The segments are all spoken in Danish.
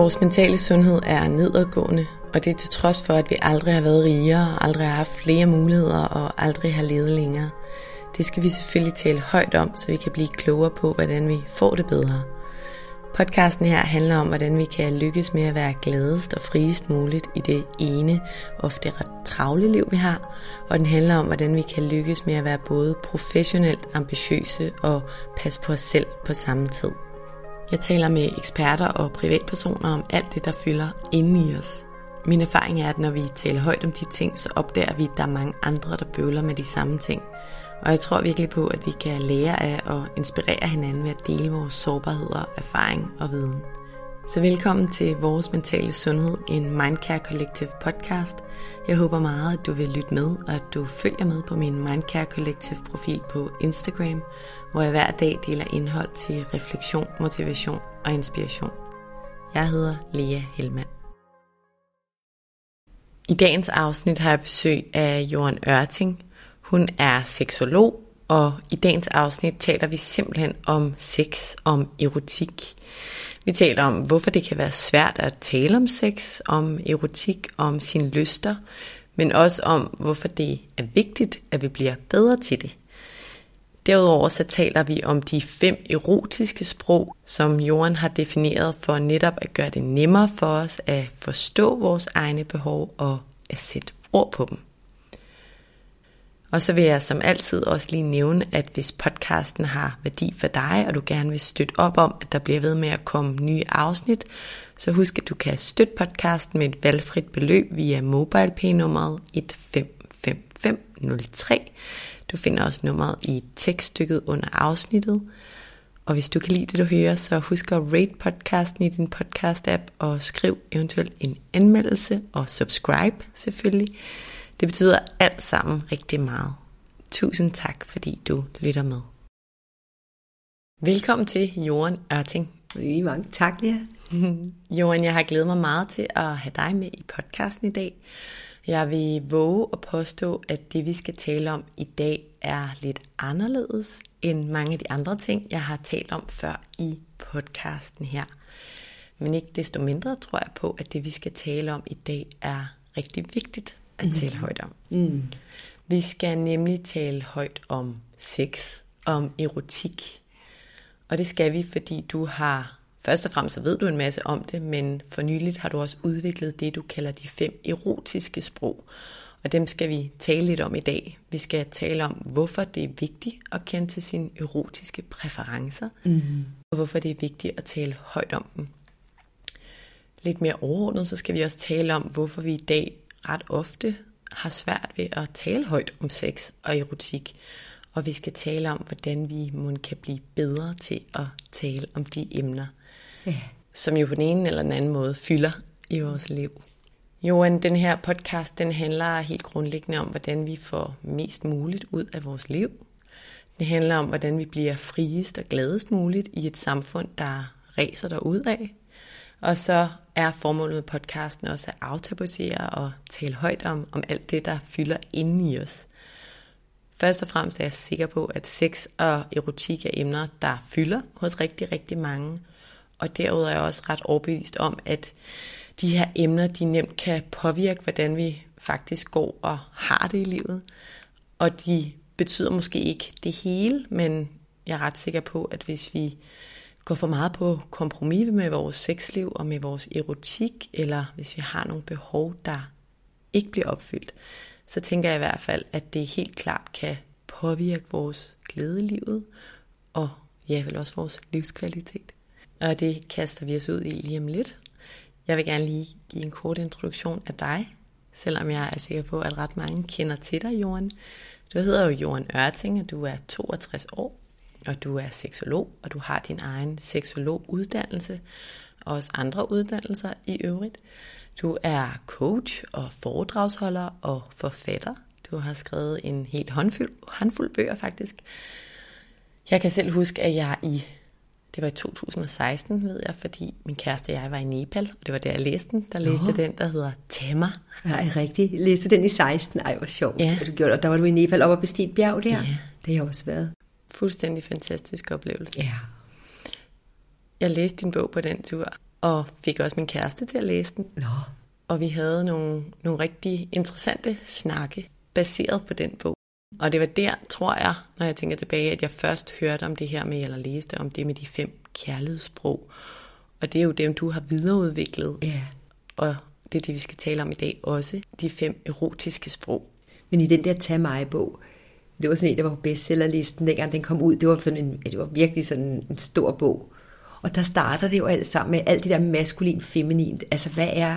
Vores mentale sundhed er nedadgående, og det er til trods for, at vi aldrig har været rigere, aldrig har haft flere muligheder og aldrig har levet længere. Det skal vi selvfølgelig tale højt om, så vi kan blive klogere på, hvordan vi får det bedre. Podcasten her handler om, hvordan vi kan lykkes med at være gladest og friest muligt i det ene, ofte ret travle liv, vi har. Og den handler om, hvordan vi kan lykkes med at være både professionelt ambitiøse og passe på os selv på samme tid. Jeg taler med eksperter og privatpersoner om alt det, der fylder inde i os. Min erfaring er, at når vi taler højt om de ting, så opdager vi, at der er mange andre, der bøvler med de samme ting. Og jeg tror virkelig på, at vi kan lære af og inspirere hinanden ved at dele vores sårbarheder, erfaring og viden. Så velkommen til Vores Mentale Sundhed, en Mindcare Collective podcast. Jeg håber meget, at du vil lytte med, og at du følger med på min Mindcare Collective profil på Instagram, hvor jeg hver dag deler indhold til refleksion, motivation og inspiration. Jeg hedder Lea Hellmann. I dagens afsnit har jeg besøg af Joan Ørting. Hun er seksolog, og i dagens afsnit taler vi simpelthen om sex, om erotik. Vi taler om, hvorfor det kan være svært at tale om sex, om erotik, om sine lyster, men også om, hvorfor det er vigtigt, at vi bliver bedre til det. Derudover så taler vi om de 5 erotiske sprog, som Joan har defineret for netop at gøre det nemmere for os at forstå vores egne behov og at sætte ord på dem. Og så vil jeg som altid også lige nævne, at hvis podcasten har værdi for dig, og du gerne vil støtte op om, at der bliver ved med at komme nye afsnit, så husk, at du kan støtte podcasten med et valgfrit beløb via MobilePay-nummeret 155503. Du finder også nummeret i tekststykket under afsnittet. Og hvis du kan lide det, du hører, så husk at rate podcasten i din podcast-app, og skriv eventuelt en anmeldelse, og subscribe selvfølgelig. Det betyder alt sammen rigtig meget. Tusind tak, fordi du lytter med. Velkommen til Joan Ørting. Mange tak, Lea. Joan, jeg har glædet mig meget til at have dig med i podcasten i dag. Jeg vil våge at påstå, at det vi skal tale om i dag er lidt anderledes end mange af de andre ting, jeg har talt om før i podcasten her. Men ikke desto mindre tror jeg på, at det vi skal tale om i dag er rigtig vigtigt at tale højt om. Vi skal nemlig tale højt om sex, om erotik. Og det skal vi, fordi du har, først og fremmest så ved du en masse om det, men for nyligt har du også udviklet det, du kalder de 5 erotiske sprog. Og dem skal vi tale lidt om i dag. Vi skal tale om, hvorfor det er vigtigt at kende til sine erotiske præferencer, og hvorfor det er vigtigt at tale højt om dem. Lidt mere overordnet, så skal vi også tale om, hvorfor vi i dag ret ofte har svært ved at tale højt om sex og erotik. Og vi skal tale om, hvordan vi kan blive bedre til at tale om de emner, som jo på den ene eller den anden måde fylder i vores liv. Joan, den her podcast, den handler helt grundlæggende om, hvordan vi får mest muligt ud af vores liv. Det handler om, hvordan vi bliver friest og gladest muligt i et samfund, der ræser derudad. Og så er formålet med podcasten også at aftabuisere og tale højt om alt det, der fylder inde i os. Først og fremmest er jeg sikker på, at sex og erotik er emner, der fylder hos rigtig, rigtig mange. Og derudover er jeg også ret overbevist om, at de her emner, de nemt kan påvirke, hvordan vi faktisk går og har det i livet. Og de betyder måske ikke det hele, men jeg er ret sikker på, at hvis vi går for meget på kompromis med vores sexliv og med vores erotik, eller hvis vi har nogle behov, der ikke bliver opfyldt, så tænker jeg i hvert fald, at det helt klart kan påvirke vores glæde i livet, og ja, vel også vores livskvalitet. Og det kaster vi os ud i lige om lidt. Jeg vil gerne lige give en kort introduktion af dig, selvom jeg er sikker på, at ret mange kender til dig, Joan. Du hedder jo Joan Ørting, og du er 62 år. Og du er seksolog, og du har din egen seksologuddannelse, og også andre uddannelser i øvrigt. Du er coach og foredragsholder og forfatter. Du har skrevet en helt håndfuld bøger faktisk. Jeg kan selv huske, at det var i 2016, ved jeg, fordi min kæreste og jeg var i Nepal, og det var der, jeg læste den. Der læste den, der hedder Tama. Ja, rigtigt. Læste den i 16? Ej, hvor sjovt. Ja. Du gjorde, og der var du i Nepal op og bestige bjerg der? Ja. Det har jeg også været. Fuldstændig fantastisk oplevelse. Ja. Jeg læste din bog på den tur, og fik også min kæreste til at læse den. Nå. Og vi havde nogle rigtig interessante snakke baseret på den bog. Og det var der, tror jeg, når jeg tænker tilbage, at jeg først hørte om det her med, eller læste om det med de 5 kærlighedssprog. Og det er jo dem, du har videreudviklet. Ja. Og det er det, vi skal tale om i dag også. De 5 erotiske sprog. Men i den der Tag mig-bog, det var sådan en, der var på bestsellerlisten, dengang den kom ud. Det var virkelig sådan en stor bog. Og der starter det jo alt sammen med alt det der maskulin, feminin. Altså hvad er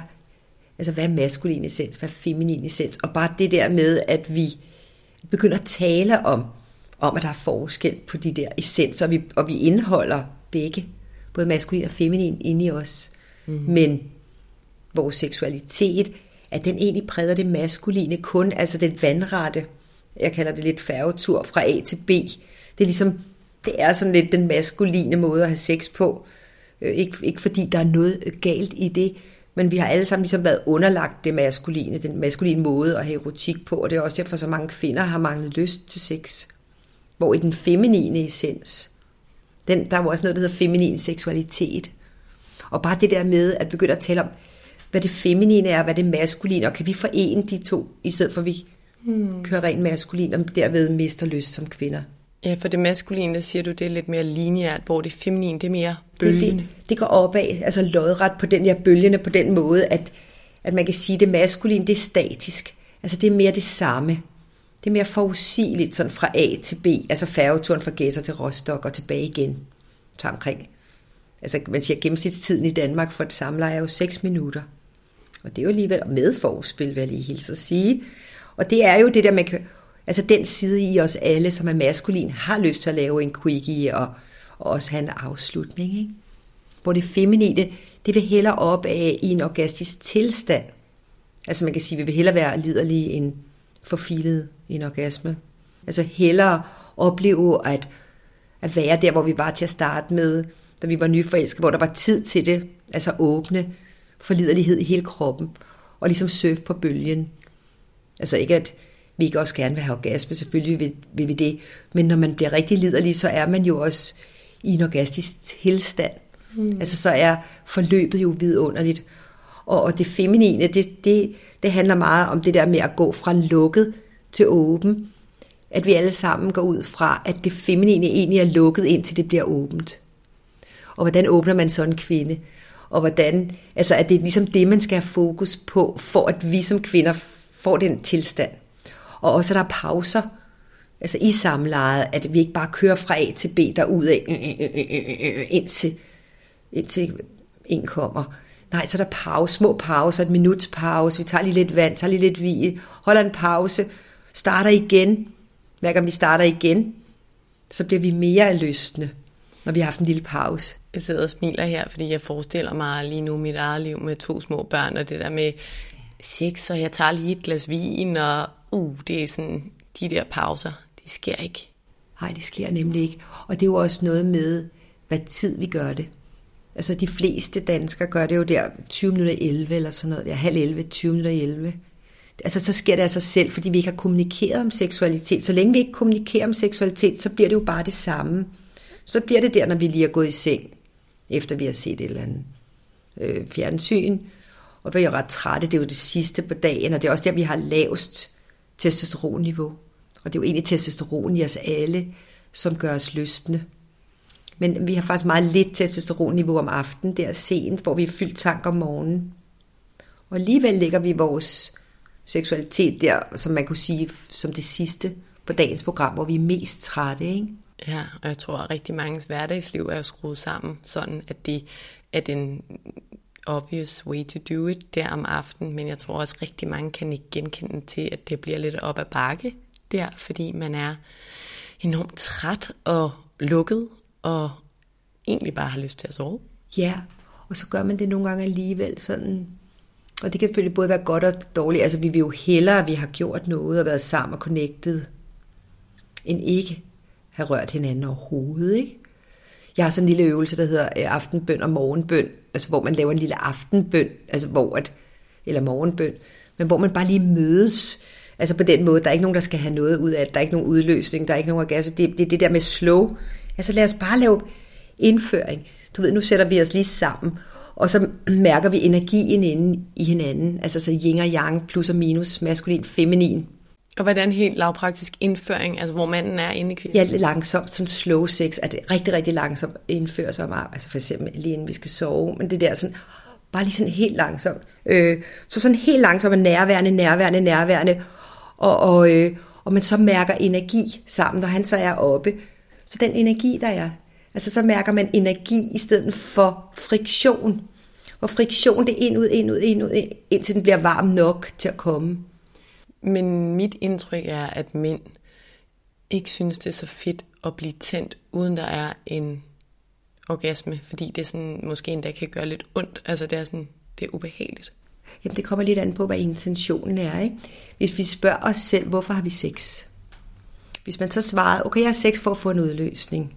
maskulin essens? Hvad er feminin essens? Og bare det der med, at vi begynder at tale om at der er forskel på de der essenser, og vi indeholder begge, både maskulin og feminin, inde i os. Mm-hmm. Men vores seksualitet, at den egentlig præger det maskuline kun, altså den vandrette, jeg kalder det lidt færgetur fra A til B. Det er ligesom, det er sådan lidt den maskuline måde at have sex på. Ikke fordi der er noget galt i det, men vi har alle sammen ligesom været underlagt det maskuline, den maskuline måde at have erotik på, og det er også derfor, så mange kvinder har manglet lyst til sex. Hvor i den feminine essens, der er jo også noget, der hedder feminin seksualitet. Og bare det der med at begynde at tale om, hvad det feminine er, hvad det maskuline, og kan vi forene de to, i stedet for at vi kører rent maskulin, og derved mister lyst som kvinder. Ja, for det maskuline, der siger du, det er lidt mere lineært, hvor det feminine, det er mere bølgende. Det går opad, altså lodret på den her bølgende, på den måde, at man kan sige, at det maskuline, det er statisk. Altså det er mere det samme. Det er mere forudsigeligt, sådan fra A til B, altså færgeturen fra Gedser til Rostock og tilbage igen. Så omkring. Altså man siger, gennemsnitstiden i Danmark for et samleje er jo 6 minutter. Og det er jo alligevel med forspil, vil jeg lige hilse at sige. Og det er jo det der, man kan, altså den side i os alle, som er maskulin, har lyst til at lave en quickie og også have en afslutning. Ikke? Hvor det feminine, det vil hellere op af i en orgastisk tilstand. Altså man kan sige, at vi vil hellere være liderlige end forfilet i en orgasme. Altså hellere opleve at være der, hvor vi var til at starte med, da vi var nyforelskede, hvor der var tid til det, altså åbne for liderlighed i hele kroppen, og ligesom surfe på bølgen. Altså ikke at vi ikke også gerne vil have orgasme, selvfølgelig vil vi det, men når man bliver rigtig liderlig, så er man jo også i en orgastisk tilstand. Altså så er forløbet jo vidunderligt. Og det feminine, det handler meget om det der med at gå fra lukket til åben. At vi alle sammen går ud fra, at det feminine egentlig er lukket, indtil det bliver åbent. Og hvordan åbner man sådan en kvinde? Og hvordan, altså at det er ligesom det, man skal have fokus på, for at vi som kvinder får den tilstand. Og også at der er pauser, altså i samlejet, at vi ikke bare kører fra A til B derudad, indtil en kommer. Nej, så er der små pauser, et minuts pause, vi tager lige lidt vand, tager lige lidt hvil, holder en pause, starter igen. Hver gang vi starter igen, så bliver vi mere lystne, når vi har haft en lille pause. Jeg sidder og smiler her, fordi jeg forestiller mig lige nu mit eget liv med 2 små børn, og det der med sex, og jeg tager lige et glas vin, og det er sådan, de der pauser, det sker ikke. Nej, det sker nemlig ikke. Og det er jo også noget med, hvad tid vi gør det. Altså de fleste danskere gør det jo der 20 minutter 11 eller sådan noget, halv 11, 20 minutter 11. Altså så sker det af sig selv, fordi vi ikke har kommunikeret om seksualitet. Så længe vi ikke kommunikerer om seksualitet, så bliver det jo bare det samme. Så bliver det der, når vi lige er gået i seng, efter vi har set et eller andet fjernsyn. Og vi er jo ret trætte, det er jo det sidste på dagen, og det er også der, vi har lavest testosteronniveau. Og det er jo egentlig testosteron i os alle, som gør os lystne. Men vi har faktisk meget lidt testosteronniveau om aftenen, der sent, hvor vi er fyldt tanker om morgenen. Og alligevel lægger vi vores seksualitet der, som man kunne sige, som det sidste på dagens program, hvor vi er mest trætte, ikke? Ja, og jeg tror, at rigtig manges hverdagsliv er jo skruet sammen, sådan at det er den obvious way to do it der om aftenen, men jeg tror også, rigtig mange kan ikke genkende til, at det bliver lidt op ad bakke der, fordi man er enormt træt og lukket, og egentlig bare har lyst til at sove. Ja, og så gør man det nogle gange alligevel sådan, og det kan selvfølgelig både være godt og dårligt, altså vi vil jo hellere, at vi har gjort noget og været sammen og connected, end ikke have rørt hinanden overhovedet, ikke? Jeg har sådan en lille øvelse, der hedder aftenbøn og morgenbøn, altså hvor man laver en lille aftenbøn, altså eller morgenbøn, men hvor man bare lige mødes, altså på den måde, der er ikke nogen, der skal have noget ud af det, der er ikke nogen udløsning, der er ikke nogen orgasme, det er det der med slow, altså lad os bare lave indføring, du ved, nu sætter vi os lige sammen, Og så mærker vi energien inde i hinanden, altså så yin og yang, plus og minus, maskulin, feminin. Og hvordan helt lavpraktisk indføring, altså hvor manden er inde i kvinden? Ja, langsomt, sådan slow sex, at det rigtig, rigtig langsomt indfører sig om, altså for eksempel lige inden vi skal sove, men det der sådan, bare lige sådan helt langsomt. Så sådan helt langsomt og nærværende, og man så mærker energi sammen, når han så er oppe. Så den energi, der er, altså så mærker man energi i stedet for friktion. Og friktion, det er ind, ud, indtil den bliver varm nok til at komme. Men mit indtryk er, at mænd ikke synes, det er så fedt at blive tændt, uden der er en orgasme, fordi det sådan, måske endda kan gøre lidt ondt. Altså det er sådan, det er ubehageligt. Jamen det kommer lidt an på, hvad intentionen er, ikke? Hvis vi spørger os selv, hvorfor har vi sex? Hvis man så svarede, okay, jeg har sex for at få en udløsning.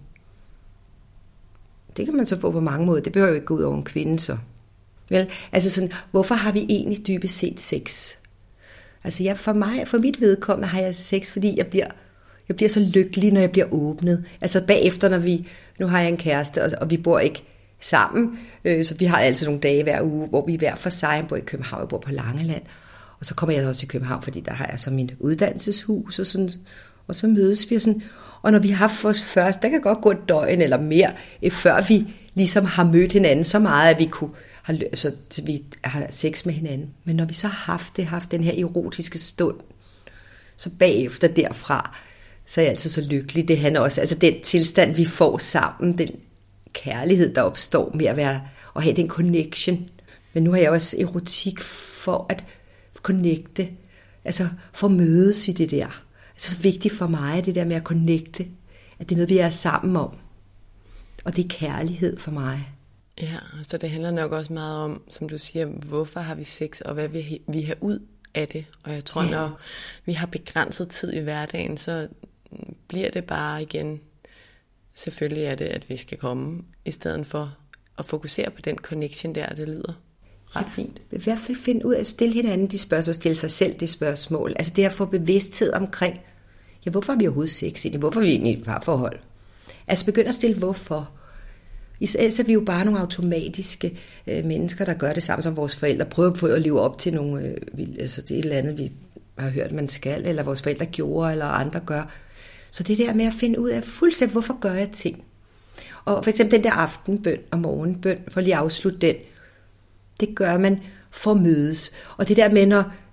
Det kan man så få på mange måder. Det behøver jo ikke gå ud over en kvinde så. Vel? Altså sådan, hvorfor har vi egentlig dybest set sex? Altså for mit vedkommende har jeg sex, fordi jeg bliver så lykkelig, når jeg bliver åbnet. Altså bagefter, nu har jeg en kæreste, og vi bor ikke sammen, så vi har altid nogle dage hver uge, hvor vi hver for sig. Jeg bor i København, jeg bor på Langeland, og så kommer jeg også til København, fordi der har jeg så mit uddannelseshus, og så mødes vi og sådan. Og når vi har haft vores første, der kan godt gå et døgn eller mere, før vi ligesom har mødt hinanden så meget, at vi kunne så vi har sex med hinanden. Men når vi så har haft den her erotiske stund, så bagefter derfra, så er jeg altid så lykkelig. Det handler også, altså den tilstand, vi får sammen, den kærlighed, der opstår med at have den connection. Men nu har jeg også erotik for at connecte, altså for at mødes i det der. Altså så vigtigt for mig, det der med at connecte, at det er noget, vi er sammen om. Og det er kærlighed for mig. Ja, så det handler nok også meget om, som du siger, hvorfor har vi sex, og hvad vi har ud af det. Og jeg tror, når vi har begrænset tid i hverdagen, så bliver det bare igen, selvfølgelig er det, at vi skal komme, i stedet for at fokusere på den connection der, det lyder ret fint. I hvert fald finde ud af at stille hinanden de spørgsmål, stille sig selv de spørgsmål. Altså det at få bevidsthed omkring, ja, hvorfor har vi overhovedet sex egentlig? Hvorfor er vi egentlig i et parforhold? Altså begynde at stille hvorfor. Ellers er vi jo bare nogle automatiske mennesker, der gør det samme som vores forældre. Prøver at leve op til nogle, altså det er et eller andet, vi har hørt, man skal, eller vores forældre gjorde, eller andre gør. Så det der med at finde ud af fuldstændig, hvorfor gør jeg ting? Og for eksempel den der aftenbøn og morgenbøn, for lige at afslutte den, det gør man for at mødes. Og det der med,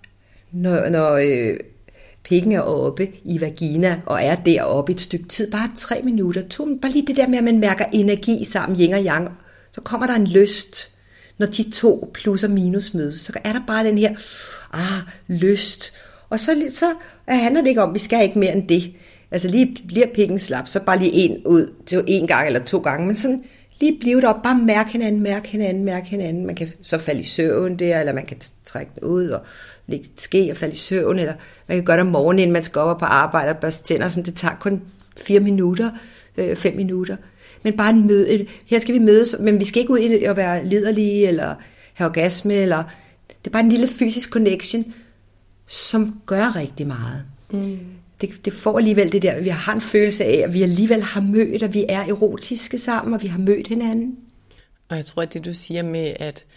når pikken er oppe i vagina, og er deroppe et stykke tid, bare 3 minutter, 2 minutter, bare lige det der med, at man mærker energi sammen, yin og yang, så kommer der en lyst, når de to plus og minus mødes, så er der bare den her, lyst, og så handler det ikke om, vi skal ikke mere end det, altså lige bliver pikken slap, så bare lige en ud, til 1 gang eller 2 gange, men sådan lige blive der, og bare mærke hinanden, man kan så falde i søvn der, eller man kan trække den ud, og lægge et ske og falde i søvn, eller man kan gøre det om morgenen, inden man skal op på arbejde og børste tænder, sådan, det tager kun 4 minutter, 5 minutter, men bare en møde, her skal vi mødes, men vi skal ikke ud og være liderlige, eller have orgasme, eller det er bare en lille fysisk connection, som gør rigtig meget. Det får alligevel det der, vi har en følelse af, at vi alligevel har mødt, og vi er erotiske sammen, og vi har mødt hinanden. Og jeg tror, at det du siger med, at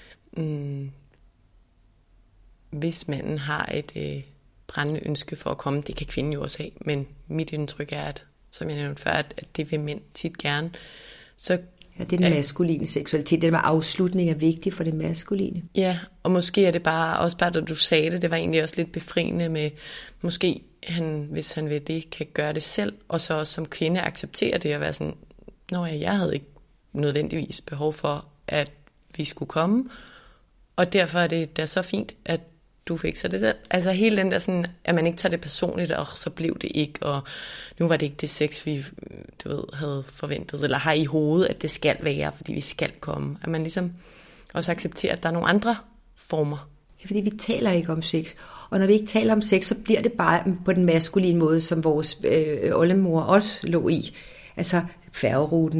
hvis manden har et brændende ønske for at komme, det kan kvinden jo også have, men mit indtryk er, at, som jeg nævnte før, at det vil mænd tit gerne. Så ja, det er den maskuline seksualitet, det med afslutning er vigtigt for det maskuline. Ja, og måske er det også bare, da du sagde det var egentlig også lidt befriende med, måske hvis han vil det, kan gøre det selv, og så også som kvinde acceptere det, og være sådan, jeg havde ikke nødvendigvis behov for, at vi skulle komme, og derfor er det da så fint, at du fikser det selv. Altså hele den der sådan, at man ikke tager det personligt, og så blev det ikke, og nu var det ikke det sex, vi havde forventet, eller har i hovedet, at det skal være, fordi vi skal komme. At man ligesom også accepterer, at der er nogle andre former. Ja, fordi vi taler ikke om sex. Og når vi ikke taler om sex, så bliver det bare på den maskuline måde, som vores oldemor også lå i. Altså færgeruten,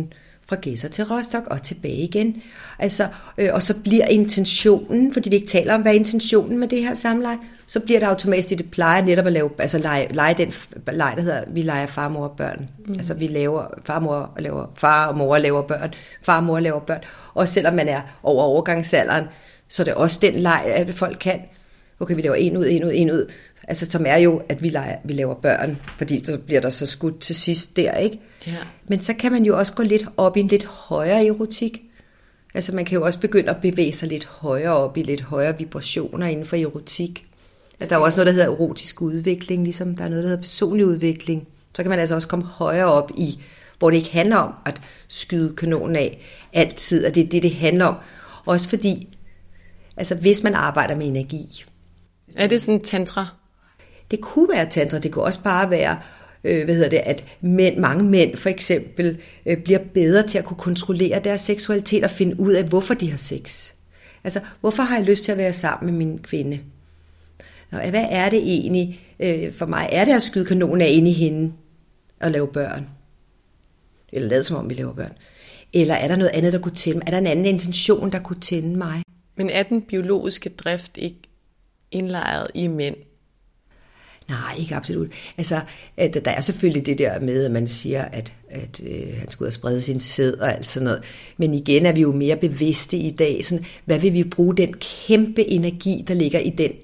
fra Gedser til Rostock og tilbage igen. Altså, og så bliver intentionen, fordi vi ikke taler om, hvad er intentionen med det her samleje, så bliver det automatisk, det plejer netop at lave, altså lege den leg, der hedder, vi leger far, mor og børn. Altså vi laver, far og mor laver børn, far og mor laver børn. Og selvom man er over overgangsalderen, så er det også den leg, at folk kan. Okay, vi laver en ud. Altså, som er jo, at vi laver børn, fordi så bliver der så skudt til sidst der, ikke? Ja. Men så kan man jo også gå lidt op i en lidt højere erotik. Altså, man kan jo også begynde at bevæge sig lidt højere op i lidt højere vibrationer inden for erotik. Der er jo også noget, der hedder erotisk udvikling, ligesom der er noget, der hedder personlig udvikling. Så kan man altså også komme højere op i, hvor det ikke handler om at skyde kanonen af altid, og det er det handler om. Også fordi, altså hvis man arbejder med energi. Er det sådan tantra? Det kunne være tantra, det kunne også bare være, at mange mænd for eksempel bliver bedre til at kunne kontrollere deres seksualitet og finde ud af, hvorfor de har sex. Altså, hvorfor har jeg lyst til at være sammen med min kvinde? Hvad er det egentlig for mig? Er det at skyde kanonen af inde i hende og lave børn? Eller lade som om vi laver børn? Eller er der noget andet, der kunne tænde mig? Er der en anden intention, der kunne tænde mig? Men er den biologiske drift ikke indlejret i mænd? Nej, ikke absolut. Altså, der er selvfølgelig det der med, at man siger, at han skal ud og sprede sin sæd og alt sådan noget. Men igen er vi jo mere bevidste i dag. Sådan, hvad vil vi bruge den kæmpe energi, der ligger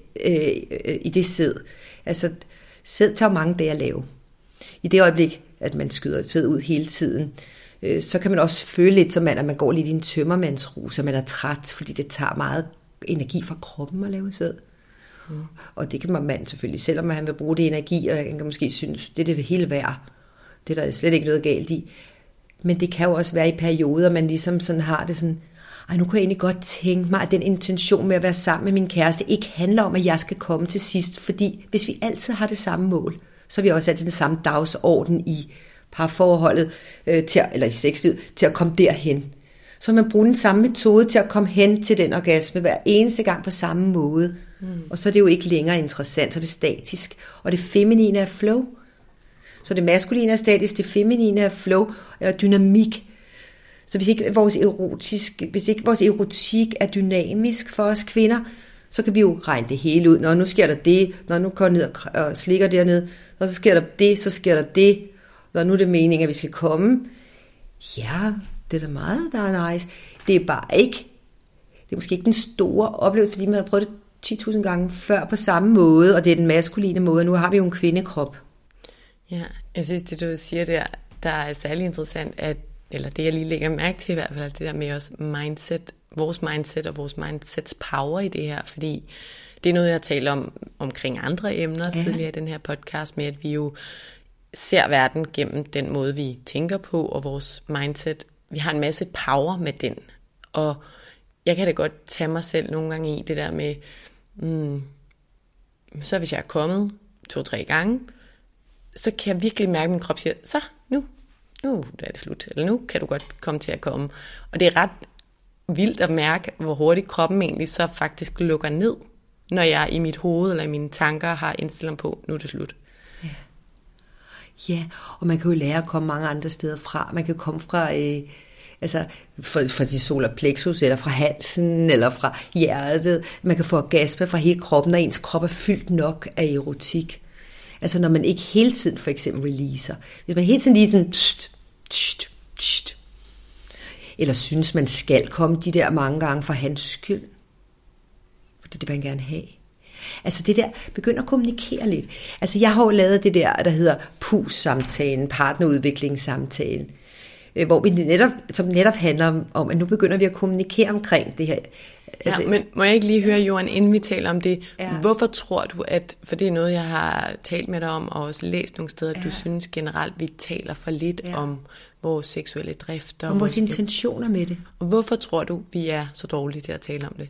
i det sæd? Altså, sæd tager mange dage at lave. I det øjeblik, at man skyder sæd ud hele tiden, så kan man også føle lidt som at man går lidt i en tømmermandsrus, og man er træt, fordi det tager meget energi fra kroppen at lave sæd. Og det kan man selvfølgelig, selvom han vil bruge det energi, og han kan måske synes, det er det hele værd. Det er der slet ikke noget galt i. Men det kan jo også være i perioder, man ligesom sådan har det sådan, nu kunne jeg egentlig godt tænke mig, at den intention med at være sammen med min kæreste ikke handler om, at jeg skal komme til sidst. Fordi hvis vi altid har det samme mål, så er vi også altid den samme dagsorden i parforholdet, eller i sexlivet, til at komme derhen. Så man bruger den samme metode til at komme hen til den orgasme hver eneste gang på samme måde. Og så er det jo ikke længere interessant, så er det statisk. Og det feminine er flow. Så det maskuline er statisk, det feminine er flow eller dynamik. Så hvis ikke vores erotik er dynamisk for os kvinder, så kan vi jo regne det hele ud. Når nu sker der det, når nu går ned og slikker derned, og så sker der det, så sker der det. Når nu er det meningen, at vi skal komme. Ja, det er da meget, der er nice. Det er bare ikke, det er måske ikke den store oplevelse, fordi man har prøvet det 10.000 gange før på samme måde, og det er den maskuline måde. Nu har vi jo en kvindekrop. Ja, jeg synes, det du siger der er særlig interessant, eller det jeg lige lægger mærke til i hvert fald, det der med os mindset, vores mindset og vores mindsets power i det her, fordi det er noget, jeg har talt omkring andre emner tidligere i den her podcast, med at vi jo ser verden gennem den måde, vi tænker på, og vores mindset. Vi har en masse power med den, og jeg kan da godt tage mig selv nogle gange i det der med, så hvis jeg er kommet 2-3 gange, så kan jeg virkelig mærke, at min krop siger, så nu er det slut, eller nu kan du godt komme til at komme. Og det er ret vildt at mærke, hvor hurtigt kroppen egentlig så faktisk lukker ned, når jeg i mit hoved eller i mine tanker har indstillet på, nu er det slut. Ja, og man kan jo lære at komme mange andre steder fra. Man kan komme fra fra de solar plexus, eller fra halsen, eller fra hjertet. Man kan få orgasme fra hele kroppen, når ens krop er fyldt nok af erotik. Altså når man ikke hele tiden for eksempel releaser. Hvis man hele tiden lige sådan, eller synes, man skal komme de der mange gange for hans skyld. For det vil man gerne have. Altså det der, begynd at kommunikere lidt. Altså jeg har jo lavet det der hedder PUS-samtalen, partnerudviklingssamtalen, hvor vi netop handler om, at nu begynder vi at kommunikere omkring det her. Altså, ja, men må jeg ikke lige høre, Johan, inden vi taler om det, hvorfor tror du, at, for det er noget, jeg har talt med dig om, og også læst nogle steder, at du synes generelt, vi taler for lidt om vores seksuelle drifter. Om vores intentioner med det. Og hvorfor tror du, vi er så dårlige til at tale om det?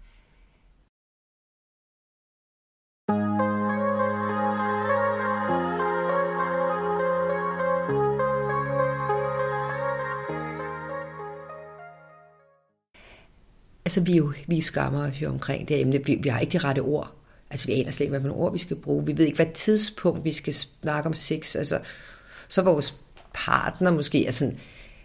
Altså vi skammer os jo omkring det emne. Vi har ikke de rette ord. Altså vi aner slet ikke, hvad for nogle ord vi skal bruge. Vi ved ikke, hvad tidspunkt vi skal snakke om sex. Altså så vores partner måske er sådan,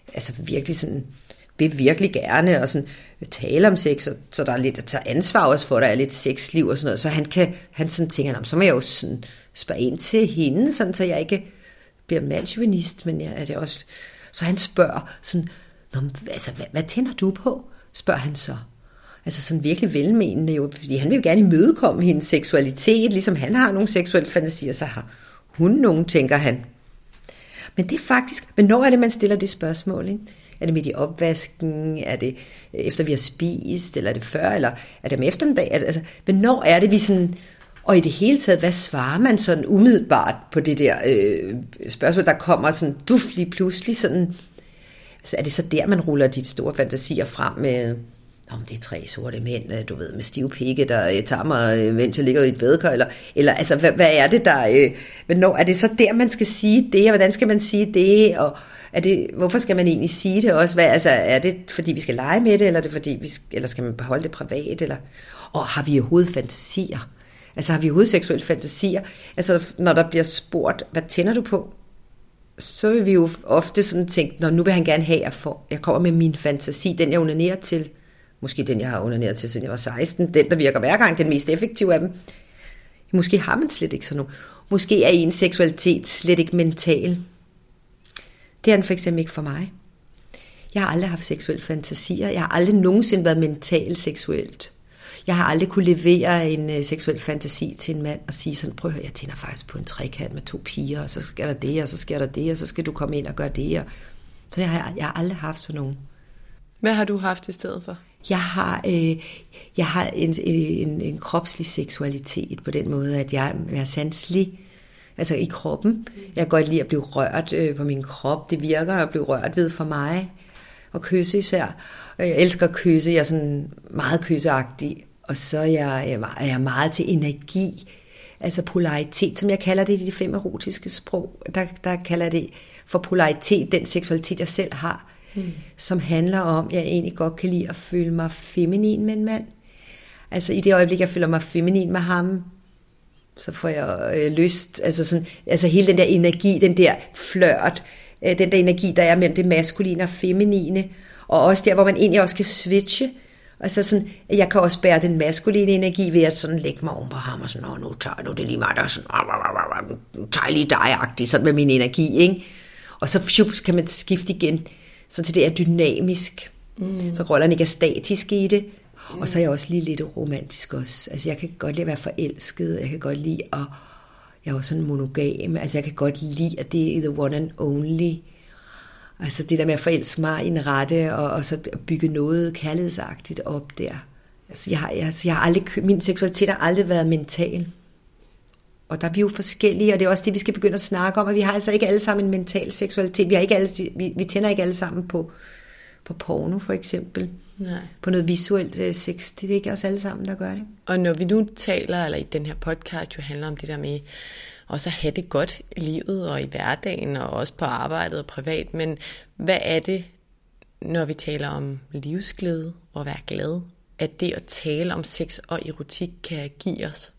altså virkelig sådan, vil virkelig gerne, og sådan tale om sex, så der er lidt at tage ansvar også for, der er lidt sexliv og sådan noget, så han sådan tænker, så må jeg jo sådan spørge ind til hende, sådan, så jeg ikke bliver mandsjuvenist, men jeg er det også, så han spørger sådan, altså, hvad tænder du på? Spørger han så. Altså sådan virkelig velmenende jo, fordi han vil jo gerne imødekomme hendes seksualitet, ligesom han har nogle seksuelle fantasier, så har hun nogen, tænker han. Men det er faktisk, men når er det, man stiller det spørgsmål, ikke? Er det midt i opvasken? Er det efter vi har spist? Eller er det før? Eller er det om eftermiddag? Altså, men når er det vi sådan, og i det hele taget, hvad svarer man sådan umiddelbart på det der spørgsmål, der kommer sådan lige pludselig sådan, så er det så der, man ruller de store fantasier frem med, om det er 3 sorte mænd, du ved, med stive pikke, der tager mig, mens jeg ligger i et badekar, eller altså, hvad er det der, men når er det så der, man skal sige det, og hvordan skal man sige det, og hvorfor skal man egentlig sige det også, altså, er det fordi vi skal lege med det, eller er det fordi eller skal man beholde det privat, eller, og har vi overhovedet fantasier, altså har vi overhovedet seksuelle fantasier, altså når der bliver spurgt, hvad tænder du på, så vil vi jo ofte sådan tænke, nu vil han gerne have, at jeg kommer med min fantasi, den jeg onanerer til, måske den, jeg har onaneret til, siden jeg var 16, den, der virker hver gang, den mest effektive af dem. Måske har man slet ikke sådan noget. Måske er ens seksualitet slet ikke mental. Det er den for eksempel ikke for mig. Jeg har aldrig haft seksuelle fantasier. Jeg har aldrig nogensinde været mental seksuelt. Jeg har aldrig kunne levere en seksuel fantasi til en mand og sige sådan, prøv at høre, jeg tænder faktisk på en trekant med 2 piger, og så sker der det, og så sker der det, og så skal du komme ind og gøre det. Så jeg har aldrig haft sådan nogen. Hvad har du haft i stedet for? Jeg har en kropslig seksualitet på den måde, at jeg er sanselig, altså i kroppen. Jeg kan godt lide at blive rørt på min krop. Det virker at blive rørt ved for mig. Og kysse især. Jeg elsker at kysse. Jeg er sådan meget kysseagtig. Og så er jeg meget til energi. Altså polaritet, som jeg kalder det i de 5 erotiske sprog. Der kalder jeg det for polaritet, den seksualitet, jeg selv har. Som handler om, at jeg egentlig godt kan lide at føle mig feminin med en mand. Altså i det øjeblik, jeg føler mig feminin med ham, så får jeg lyst, altså hele den der energi, den der flørt, den der energi, der er mellem det maskuline og feminine, og også der, hvor man egentlig også kan switche. Altså sådan, jeg kan også bære den maskuline energi ved at sådan lægge mig oven på ham, og sådan, nu tager du det lige mig, der sådan, nu tager jeg lige dig-agtigt, sådan med min energi, ikke? Og så kan man skifte igen, så til det er dynamisk, så rollerne ikke er statiske i det. Og så er jeg også lige lidt romantisk også. Altså jeg kan godt lide at være forelsket, jeg kan godt lide at, jeg er også sådan monogam, altså jeg kan godt lide, at det er the one and only. Altså det der med at forelske mig i en rette, og så bygge noget kærlighedsagtigt op der. Altså jeg har aldrig, min seksualitet har aldrig været mental. Og der er vi jo forskellige, og det er også det, vi skal begynde at snakke om, at vi har altså ikke alle sammen en mental seksualitet. Vi tænder ikke alle sammen på porno, for eksempel. Nej. På noget visuelt sex. Det er ikke os alle sammen, der gør det. Og når vi nu taler, eller i den her podcast jo handler om det der med også at have det godt i livet og i hverdagen, og også på arbejdet og privat, men hvad er det, når vi taler om livsglæde og være glad, at det at tale om sex og erotik kan give os?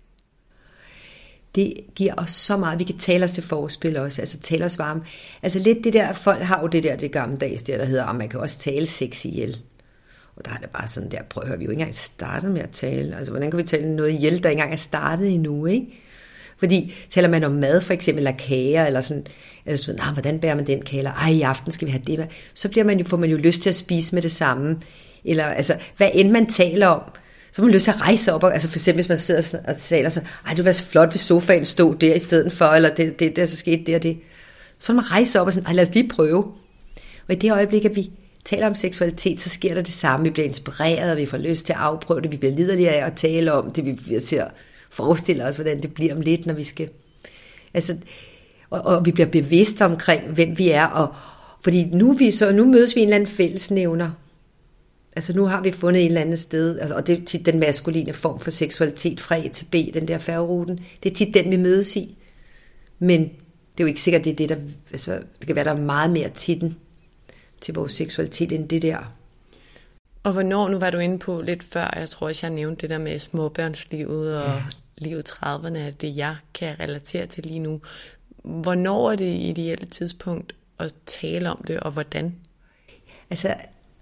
Det giver os så meget. Vi kan tale os til forspil også, altså tale os varme. Altså lidt det der, folk har jo det gammeldags der hedder, at man kan også tale sex ihjel. Og der er det bare sådan der, prøv at høre, vi er jo ikke engang startet med at tale. Altså hvordan kan vi tale noget ihjel, der ikke engang er startet endnu, ikke? Fordi taler man om mad for eksempel, eller kager, eller sådan, hvordan bærer man den kage, eller i aften skal vi have det med. Så får man jo lyst til at spise med det samme. Eller altså, hvad end man taler om, så har man lyst til at rejse op, og altså for eksempel, hvis man sidder og taler, så det ville være så flot, hvis sofaen stod der i stedet for, eller det der så skete det og det. Så man rejser op og sådan, lad os lige prøve. Og i det øjeblik, at vi taler om seksualitet, så sker der det samme. Vi bliver inspireret, og vi får lyst til at afprøve det, vi bliver liderlige af at tale om det, vi bliver til at forestille os, hvordan det bliver om lidt, når vi skal. Altså, og vi bliver bevidste omkring, hvem vi er, og fordi nu mødes vi i en eller anden fællesnævner. Altså nu har vi fundet et eller andet sted, altså, og det er tit den maskuline form for seksualitet fra A til B, den der færgeruten. Det er tit den, vi mødes i. Men det er jo ikke sikkert, det er det, der, altså, det kan være, der er meget mere til vores seksualitet end det der. Og hvornår, nu var du inde på lidt før, jeg tror også, jeg nævnte det der med småbørnslivet og livet 30'erne, det jeg kan relatere til lige nu. Hvornår er det ideelle tidspunkt at tale om det, og hvordan? Altså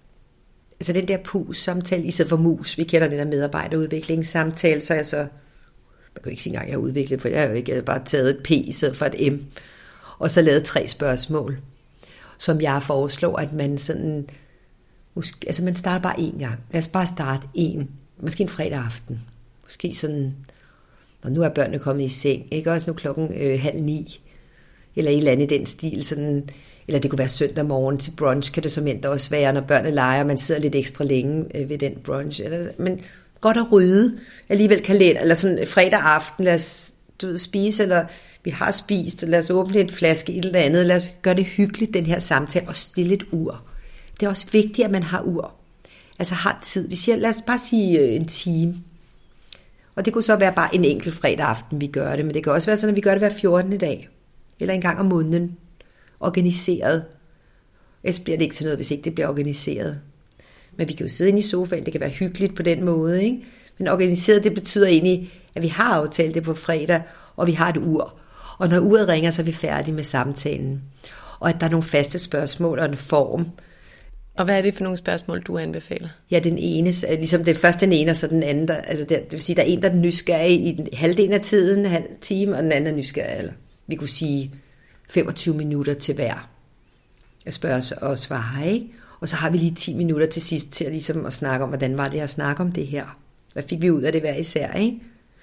den der PUS-samtale, i stedet for MUS, vi kender den der medarbejderudviklingssamtale, så man kan jo ikke sige engang, jeg har udviklet, for jeg har bare taget et P i stedet for et M, og så lavet 3 spørgsmål, som jeg foreslår, at man sådan, altså man starter bare én gang. Lad os bare starte måske en fredag aften, måske sådan, og nu er børnene kommet i seng, ikke også nu 8:30, eller et eller andet i den stil, sådan, eller det kunne være søndag morgen til brunch, kan det som end også være, når børnene leger, og man sidder lidt ekstra længe ved den brunch, men godt at rydde alligevel kalender, eller sådan fredag aften, lad os spise, eller vi har spist, lad os åbne en flaske, et eller andet, lad os gøre det hyggeligt, den her samtale, og stille et ur. Det er også vigtigt, at man har ur, altså har tid. Vi siger, lad os bare sige en time, og det kunne så være bare en enkelt fredag aften, vi gør det, men det kan også være sådan, at vi gør det hver 14. dag, eller en gang om måneden, organiseret. Ellers bliver det ikke til noget, hvis ikke det bliver organiseret. Men vi kan jo sidde inde i sofaen, det kan være hyggeligt på den måde, ikke? Men organiseret, det betyder egentlig, at vi har aftalt det på fredag, og vi har et ur. Og når uret ringer, så er vi færdige med samtalen. Og at der er nogle faste spørgsmål og en form. Og hvad er det for nogle spørgsmål, du anbefaler? Ja, den ene, ligesom det første den ene, og så den anden. Det vil sige, der er en, der er nysgerrig i halvdelen af tiden, en halv time, og den anden er nysgerrig. Eller vi kunne sige 25 minutter til hver. Jeg spørger og svarer, ikke? Og så har vi lige 10 minutter til sidst til at snakke om, hvordan var det at snakke om det her? Hvad fik vi ud af det hver især, ikke?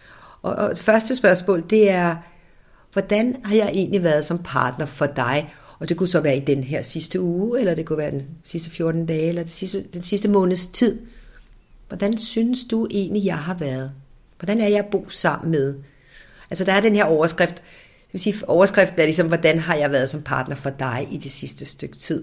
Og det første spørgsmål, det er, hvordan har jeg egentlig været som partner for dig? Og det kunne så være i den her sidste uge, eller det kunne være den sidste 14 dage, eller den sidste måneds tid. Hvordan synes du egentlig, jeg har været? Hvordan er jeg at bo sammen med? Altså der er den her overskrift. Det vil sige, overskriften er ligesom, hvordan har jeg været som partner for dig i det sidste stykke tid?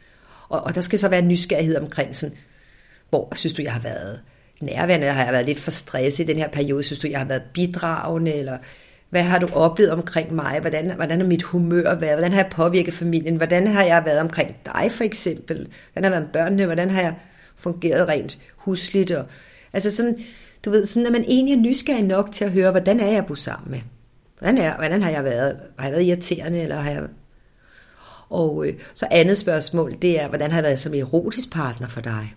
Og der skal så være nysgerrighed omkring sådan, hvor synes du, jeg har været nærværende, eller har jeg været lidt for stresset i den her periode? Synes du, jeg har været bidragende, eller hvad har du oplevet omkring mig? Hvordan er mit humør været? Hvordan har jeg påvirket familien? Hvordan har jeg været omkring dig for eksempel? Hvordan har jeg været med børnene? Hvordan har jeg fungeret rent husligt? Og, altså sådan, du ved, sådan at man egentlig er nysgerrig nok til at høre, hvordan er jeg at bo sammen med? Hvordan har jeg været? Har jeg været irriterende, eller har jeg... Og så andet spørgsmål, det er, hvordan har jeg været som erotisk partner for dig?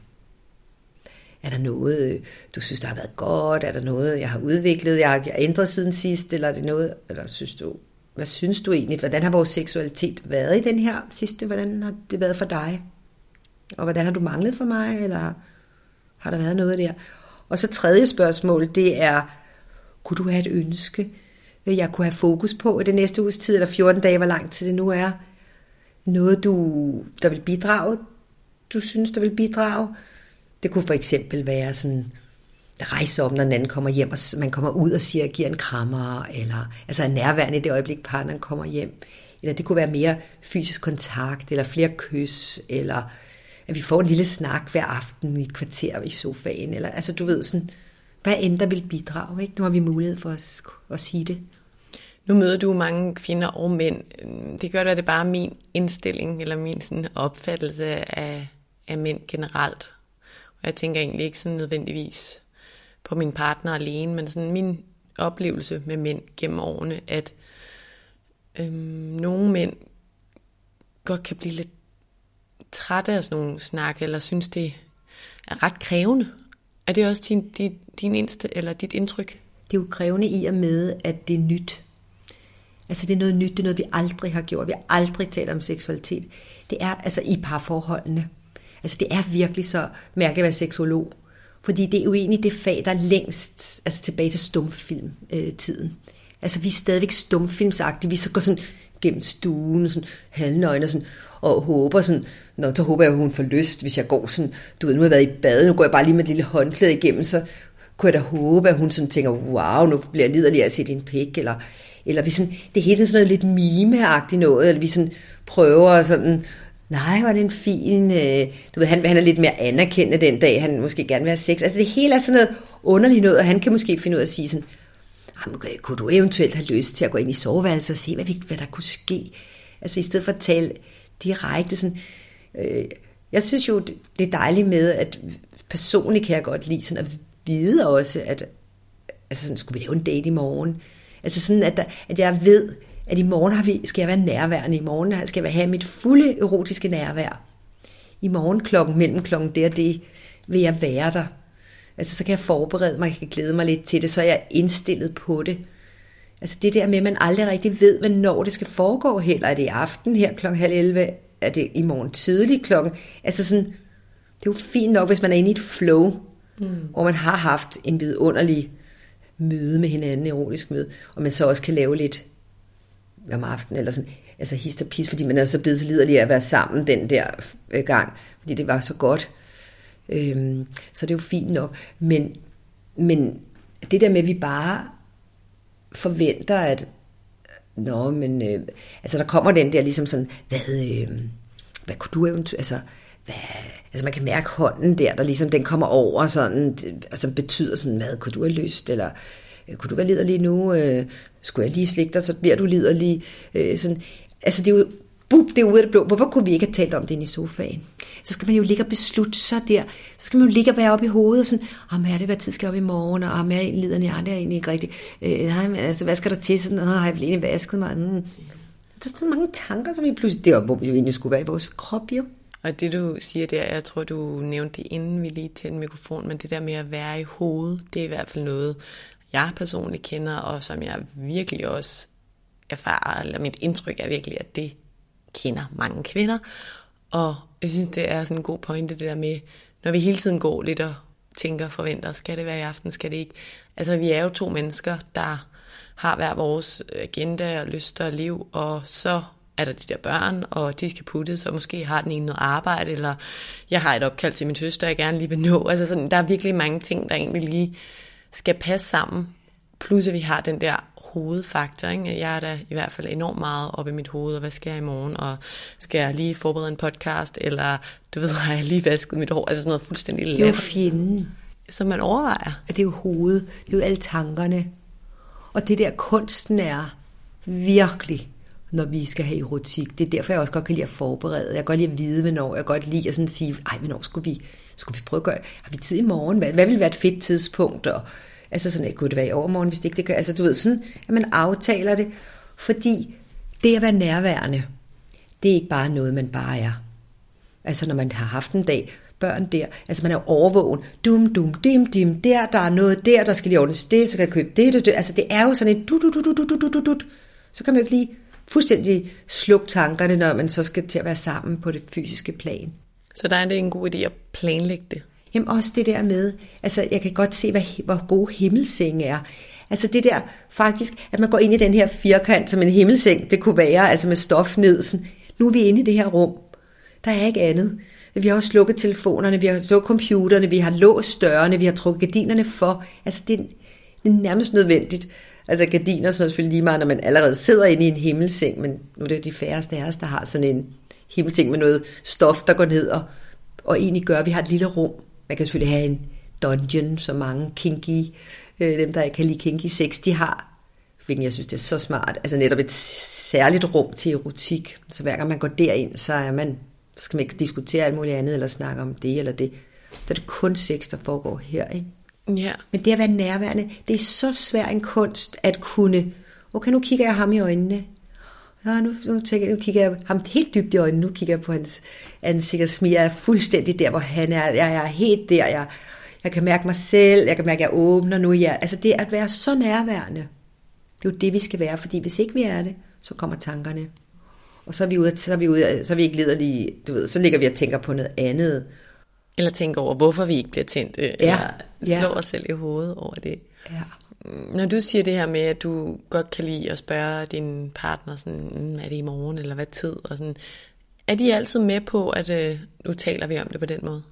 Er der noget, du synes, der har været godt? Er der noget, jeg har udviklet, jeg har ændret siden sidst? Eller er det noget, eller hvad synes du egentlig? Hvordan har vores seksualitet været i den her sidste? Hvordan har det været for dig? Og hvordan har du manglet for mig? Eller har der været noget der? Og så tredje spørgsmål, det er, kunne du have et ønske, jeg kunne have fokus på i det næste uges tid, eller 14 dage, hvor lang tid det nu er? Noget, der vil bidrage, du synes, der vil bidrage? Det kunne for eksempel være sådan, at rejse om, når den anden kommer hjem, og man kommer ud og giver en krammer, eller altså er nærværende i det øjeblik, partneren kommer hjem. Eller det kunne være mere fysisk kontakt, eller flere kys, eller at vi får en lille snak hver aften i et kvarter i sofaen, eller altså du ved sådan, hvad end der vil bidrage, ikke? Nu har vi mulighed for at sige det. Nu møder du mange kvinder og mænd. Det gør det, at det bare er min indstilling, eller min sådan opfattelse af mænd generelt. Og jeg tænker egentlig ikke sådan nødvendigvis på min partner alene, men sådan min oplevelse med mænd gennem årene, at nogle mænd godt kan blive lidt trætte af sådan nogle snakke, eller synes det er ret krævende. Er det også dit indtryk? Det er jo krævende i og med, at det er nyt. Altså det er noget nyt, det er noget, vi aldrig har gjort. Vi har aldrig talt om seksualitet. Det er altså i parforholdene. Altså det er virkelig så mærkeligt at være seksolog. Fordi det er jo egentlig det fag, der er længst, altså tilbage til stumfilm-tiden. Altså vi er stadigvæk stumfilmsagtige. Vi så går sådan gennem stuen, sådan halvnøgne, sådan, og håber sådan, så håber jeg, at hun får lyst, hvis jeg går sådan, du ved, nu har jeg været i bad, nu går jeg bare lige med et lille håndklæde igennem, så kunne jeg da håbe, at hun sådan tænker, wow, nu bliver jeg liderlig af at se din pik, eller vi sådan, det er hele sådan noget lidt mime-agtigt noget, eller vi sådan prøver sådan, nej, var det en fin, du ved, han er lidt mere anerkendende den dag, han måske gerne vil have sex, altså det hele er sådan noget underligt noget, og han kan måske finde ud af at sige sådan, kunne du eventuelt have lyst til at gå ind i soveværelset og se, hvad der kunne ske, altså i stedet for at tale direkte sådan, jeg synes jo, det er dejligt med, at personligt kan jeg godt lide sådan at vide også, at altså sådan, skulle vi lave en date i morgen, altså sådan, at jeg ved, at i morgen skal jeg være nærværende. I morgen skal jeg have mit fulde erotiske nærvær. I morgen mellem klokken det vil jeg være der. Altså så kan jeg forberede mig, jeg kan glæde mig lidt til det, så er jeg indstillet på det. Altså det der med, at man aldrig rigtig ved, hvornår det skal foregå heller. Er det i aften her 10:30? Er det i morgen tidlig klokken? Altså sådan, det er jo fint nok, hvis man er inde i et flow, hvor man har haft en vidunderlig møde med hinanden, erotisk møde, og man så også kan lave lidt om aftenen, eller sådan, altså hist og pis, fordi man er så blevet så liderlig at være sammen den der gang, fordi det var så godt. Så det er jo fint nok. Men det der med, at vi bare forventer, at altså der kommer den der ligesom sådan, hvad kunne du eventuelt, altså man kan mærke hånden der ligesom den kommer over sådan, og som betyder sådan, hvad kunne du have lyst, eller kunne du være liderlig nu, skulle jeg lige slikke dig, så bliver du liderlig, sådan, altså det er jo, det er ude af det blå, hvorfor kunne vi ikke have talt om det inde i sofaen? Så skal man jo ligge og beslutte sig der, så skal man jo ligge og være oppe i hovedet, og sådan, hvad tid skal jeg op i morgen, og er jeg liderlig, andre er egentlig ikke rigtigt, altså hvad skal der til, sådan, har jeg vel egentlig vasket mig, der er så mange tanker, som vi pludselig deroppe, hvor vi jo egentlig skulle være i vores krop, jo. Og det du siger der, jeg tror du nævnte det inden vi lige tændte mikrofon, men det der med at være i hovedet, det er i hvert fald noget, jeg personligt kender, og som jeg virkelig også erfarer, eller mit indtryk er virkelig, at det kender mange kvinder. Og jeg synes, det er sådan en god pointe, det der med, når vi hele tiden går lidt og tænker, forventer, skal det være i aften, skal det ikke? Altså vi er jo 2 mennesker, der har hver vores agenda og lyster og liv, og så er der de der børn, og de skal puttes, og måske har den ene noget arbejde, eller jeg har et opkald til min søster, jeg gerne lige vil nå. Altså sådan, der er virkelig mange ting, der egentlig lige skal passe sammen. Plus at vi har den der hovedfaktor, ikke? Jeg er da i hvert fald enormt meget oppe i mit hoved, og hvad skal jeg i morgen, og skal jeg lige forberede en podcast, eller du ved, har jeg lige vasket mit hår, altså sådan noget fuldstændig let. Det er jo fjenden. Som man overvejer. Det er jo hovedet, det er jo alle tankerne. Og det der kunsten er virkelig, når vi skal have erotik. Det er derfor, jeg også godt kan lide at forberede. Jeg kan godt lide at vide, hvornår. Jeg kan godt lide at sådan sige, hvornår skulle vi prøve at gøre? Har vi tid i morgen? Hvad vil være et fedt tidspunkt? Og, altså sådan, kunne det være i overmorgen, hvis det ikke det gør? Altså du ved, sådan, at man aftaler det. Fordi det at være nærværende, det er ikke bare noget, man bare er. Altså når man har haft en dag, børn der, altså man er overvågen, der er noget der skal lige ordnes det, så kan jeg købe det. Altså det er jo sådan et så kan man jo ikke lige fuldstændig slukke tankerne, når man så skal til at være sammen på det fysiske plan. Så der er det en god idé at planlægge det? Jamen også det der med, altså jeg kan godt se, hvor god himmelseng er. Altså det der faktisk, at man går ind i den her firkant, som en himmelseng, det kunne være, altså med stof ned, sådan, nu er vi inde i det her rum. Der er ikke andet. Vi har også slukket telefonerne, vi har slukket computerne, vi har låst dørene, vi har trukket gardinerne for. Altså det er nærmest nødvendigt. Altså gardiner så selvfølgelig lige meget, når man allerede sidder inde i en himmelseng, men nu er det de færreste af os, der har sådan en himmelseng med noget stof, der går ned og egentlig gør, at vi har et lille rum. Man kan selvfølgelig have en dungeon, som mange kinky, dem der kan lide kinky sex, de har, hvilken jeg synes, det er så smart. Altså netop et særligt rum til erotik. Så hver gang man går derind, så skal man ikke diskutere alt muligt andet, eller snakke om det eller det. Der er det kun sex, der foregår her, ikke? Ja. Men det at være nærværende, det er så svært en kunst at kunne, okay, nu kigger jeg ham i øjnene. Ja, nu kigger jeg ham helt dybt i øjnene, nu kigger jeg på hans ansigt og smiger. Jeg er fuldstændig der, hvor han er. Jeg er helt der, jeg kan mærke mig selv, jeg kan mærke, at jeg åbner nu. Altså det at være så nærværende, det er jo det, vi skal være, fordi hvis ikke vi er det, så kommer tankerne. Og så er vi ikke liderlige, du ved, så ligger vi og tænker på noget andet. Eller tænker over, hvorfor vi ikke bliver tændt, eller slår os selv i hovedet over det. Ja. Når du siger det her med, at du godt kan lide at spørge din partner, sådan, er det i morgen, eller hvad tid, og sådan, er de altid med på, at nu taler vi om det på den måde?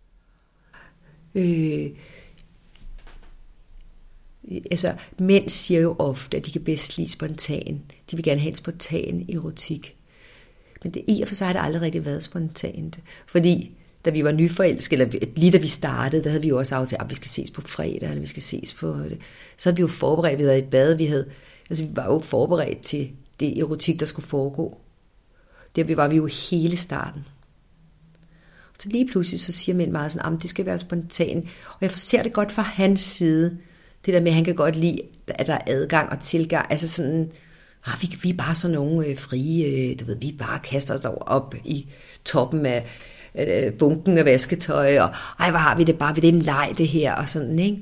Altså, mænd siger jo ofte, at de kan bedst lide spontan. De vil gerne have en spontan erotik. Men det i og for sig har det aldrig rigtig været spontant. Fordi da vi var nyforelskede, eller lige da vi startede, der havde vi jo også aftalt, at vi skal ses på fredag, eller vi skal ses på det. Så havde vi jo forberedt, vi havde i bad, vi var jo forberedt til det erotik, der skulle foregå. Der var vi jo hele starten. Så lige pludselig så siger mænd meget sådan, at det skal være spontan. Og jeg ser det godt fra hans side, det der med, at han kan godt lide, at der er adgang og tilgang, altså sådan, vi er bare sådan nogle frie, du ved, vi bare kaster os op i toppen af bunken af vasketøj, og ej, hvor har vi det bare, det er en leg det her, og sådan, ikke?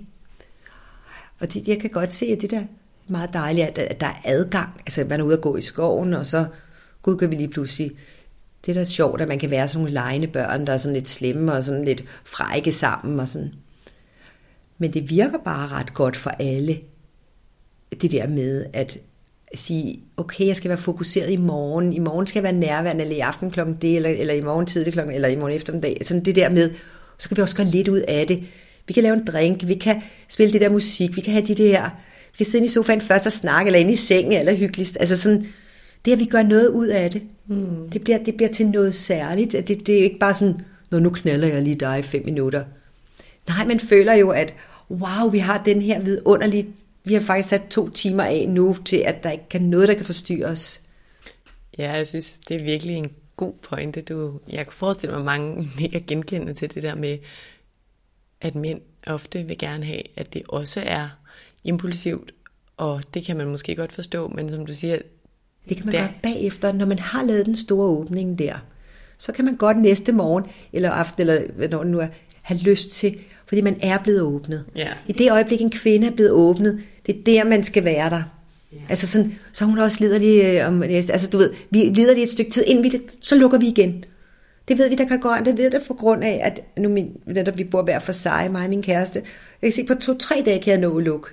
Og det, jeg kan godt se, at det der er meget dejligt, at der er adgang, altså man er ude at gå i skoven, og så gud kan vi lige pludselig, det der er sjovt, at man kan være sådan nogle legende børn, der er sådan lidt slemme, og sådan lidt frække sammen, og sådan. Men det virker bare ret godt for alle, det der med at sige, okay, jeg skal være fokuseret i morgen skal jeg være nærværende, eller i aften klokken det, eller i morgen tidlig klokken, eller i morgen eftermiddag, sådan det der med, så kan vi også gøre lidt ud af det. Vi kan lave en drink, vi kan spille det der musik, vi kan have de der, vi kan sidde i sofaen først og snakke, eller inde i sengen, eller hyggeligst, altså sådan, det at vi gør noget ud af det, det bliver til noget særligt, det er ikke bare sådan, nu knalder jeg lige dig i 5 minutter. Nej, man føler jo, at wow, vi har den her vidunderlige, vi har faktisk sat 2 timer af nu, til at der ikke kan noget, der kan forstyrre os. Ja, jeg synes, det er virkelig en god pointe. Jeg kunne forestille mig, at mange mega genkendende til det der med, at mænd ofte vil gerne have, at det også er impulsivt, og det kan man måske godt forstå, men som du siger... Det kan man gøre bagefter, når man har lavet den store åbning der. Så kan man godt næste morgen, eller aften, eller hvornår det nu er, have lyst til, fordi man er blevet åbnet. Ja. I det øjeblik, en kvinde er blevet åbnet, det er der, man skal være der. Ja. Altså sådan, så hun også liderlig om næste, altså du ved, vi lider lige et stykke tid, inden så lukker vi igen. Det ved vi, der kan gå an, det ved det på grund af, at nu vi bor hver for sig, mig og min kæreste. Jeg kan se, på 2-3 dage kan jeg nå at lukke.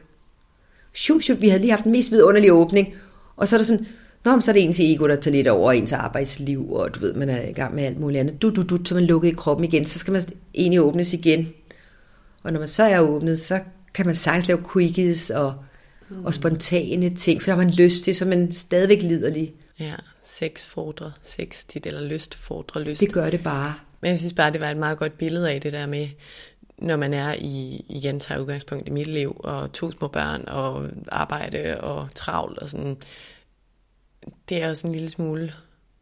Vi havde lige haft den mest vidunderlige åbning, og så er der sådan, så er det ens ego, der tager lidt over ens arbejdsliv, og du ved, man er i gang med alt muligt andet. Så man lukket i kroppen igen, så skal man egentlig åbnes igen. Og når man så er åbnet, så kan man sagtens lave quickies og spontane ting, for så har man lyst til, så er man stadigvæk liderlig. Ja, sex fordrer sex tit, eller lyst fordrer lyst. Det gør det bare. Men jeg synes bare, det var et meget godt billede af det der med, når man er igen tager udgangspunkt i mit liv, og 2 små børn, og arbejde, og travlt, og sådan. Det er også en lille smule...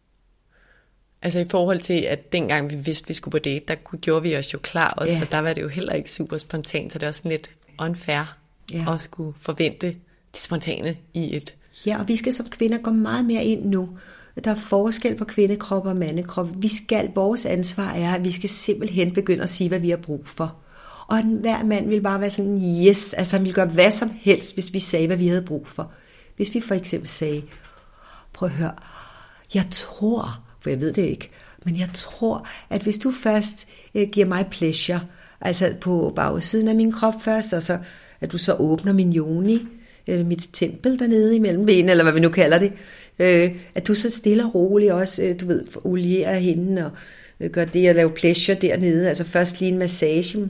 Altså i forhold til, at dengang vi vidste, vi skulle på date, der gjorde vi os jo klar også, så der var det jo heller ikke super spontant, så det er også sådan lidt unfair at skulle forvente det spontane i et... Ja, og vi skal som kvinder gå meget mere ind nu. Der er forskel på kvindekrop og mandekrop. Vores ansvar er, at vi skal simpelthen begynde at sige, hvad vi har brug for. Og hver mand vil bare være sådan, yes, altså han ville gøre hvad som helst, hvis vi sagde, hvad vi havde brug for. Hvis vi for eksempel sagde, prøv at høre, jeg tror, for jeg ved det ikke, men jeg tror, at hvis du først giver mig pleasure, altså på bagsiden af min krop først, og så at du så åbner min yoni, eller mit tempel dernede imellem benene, eller hvad vi nu kalder det, at du så stille og roligt også, du ved, olierer hende, og gør det, og lave pleasure dernede, altså først lige en massage,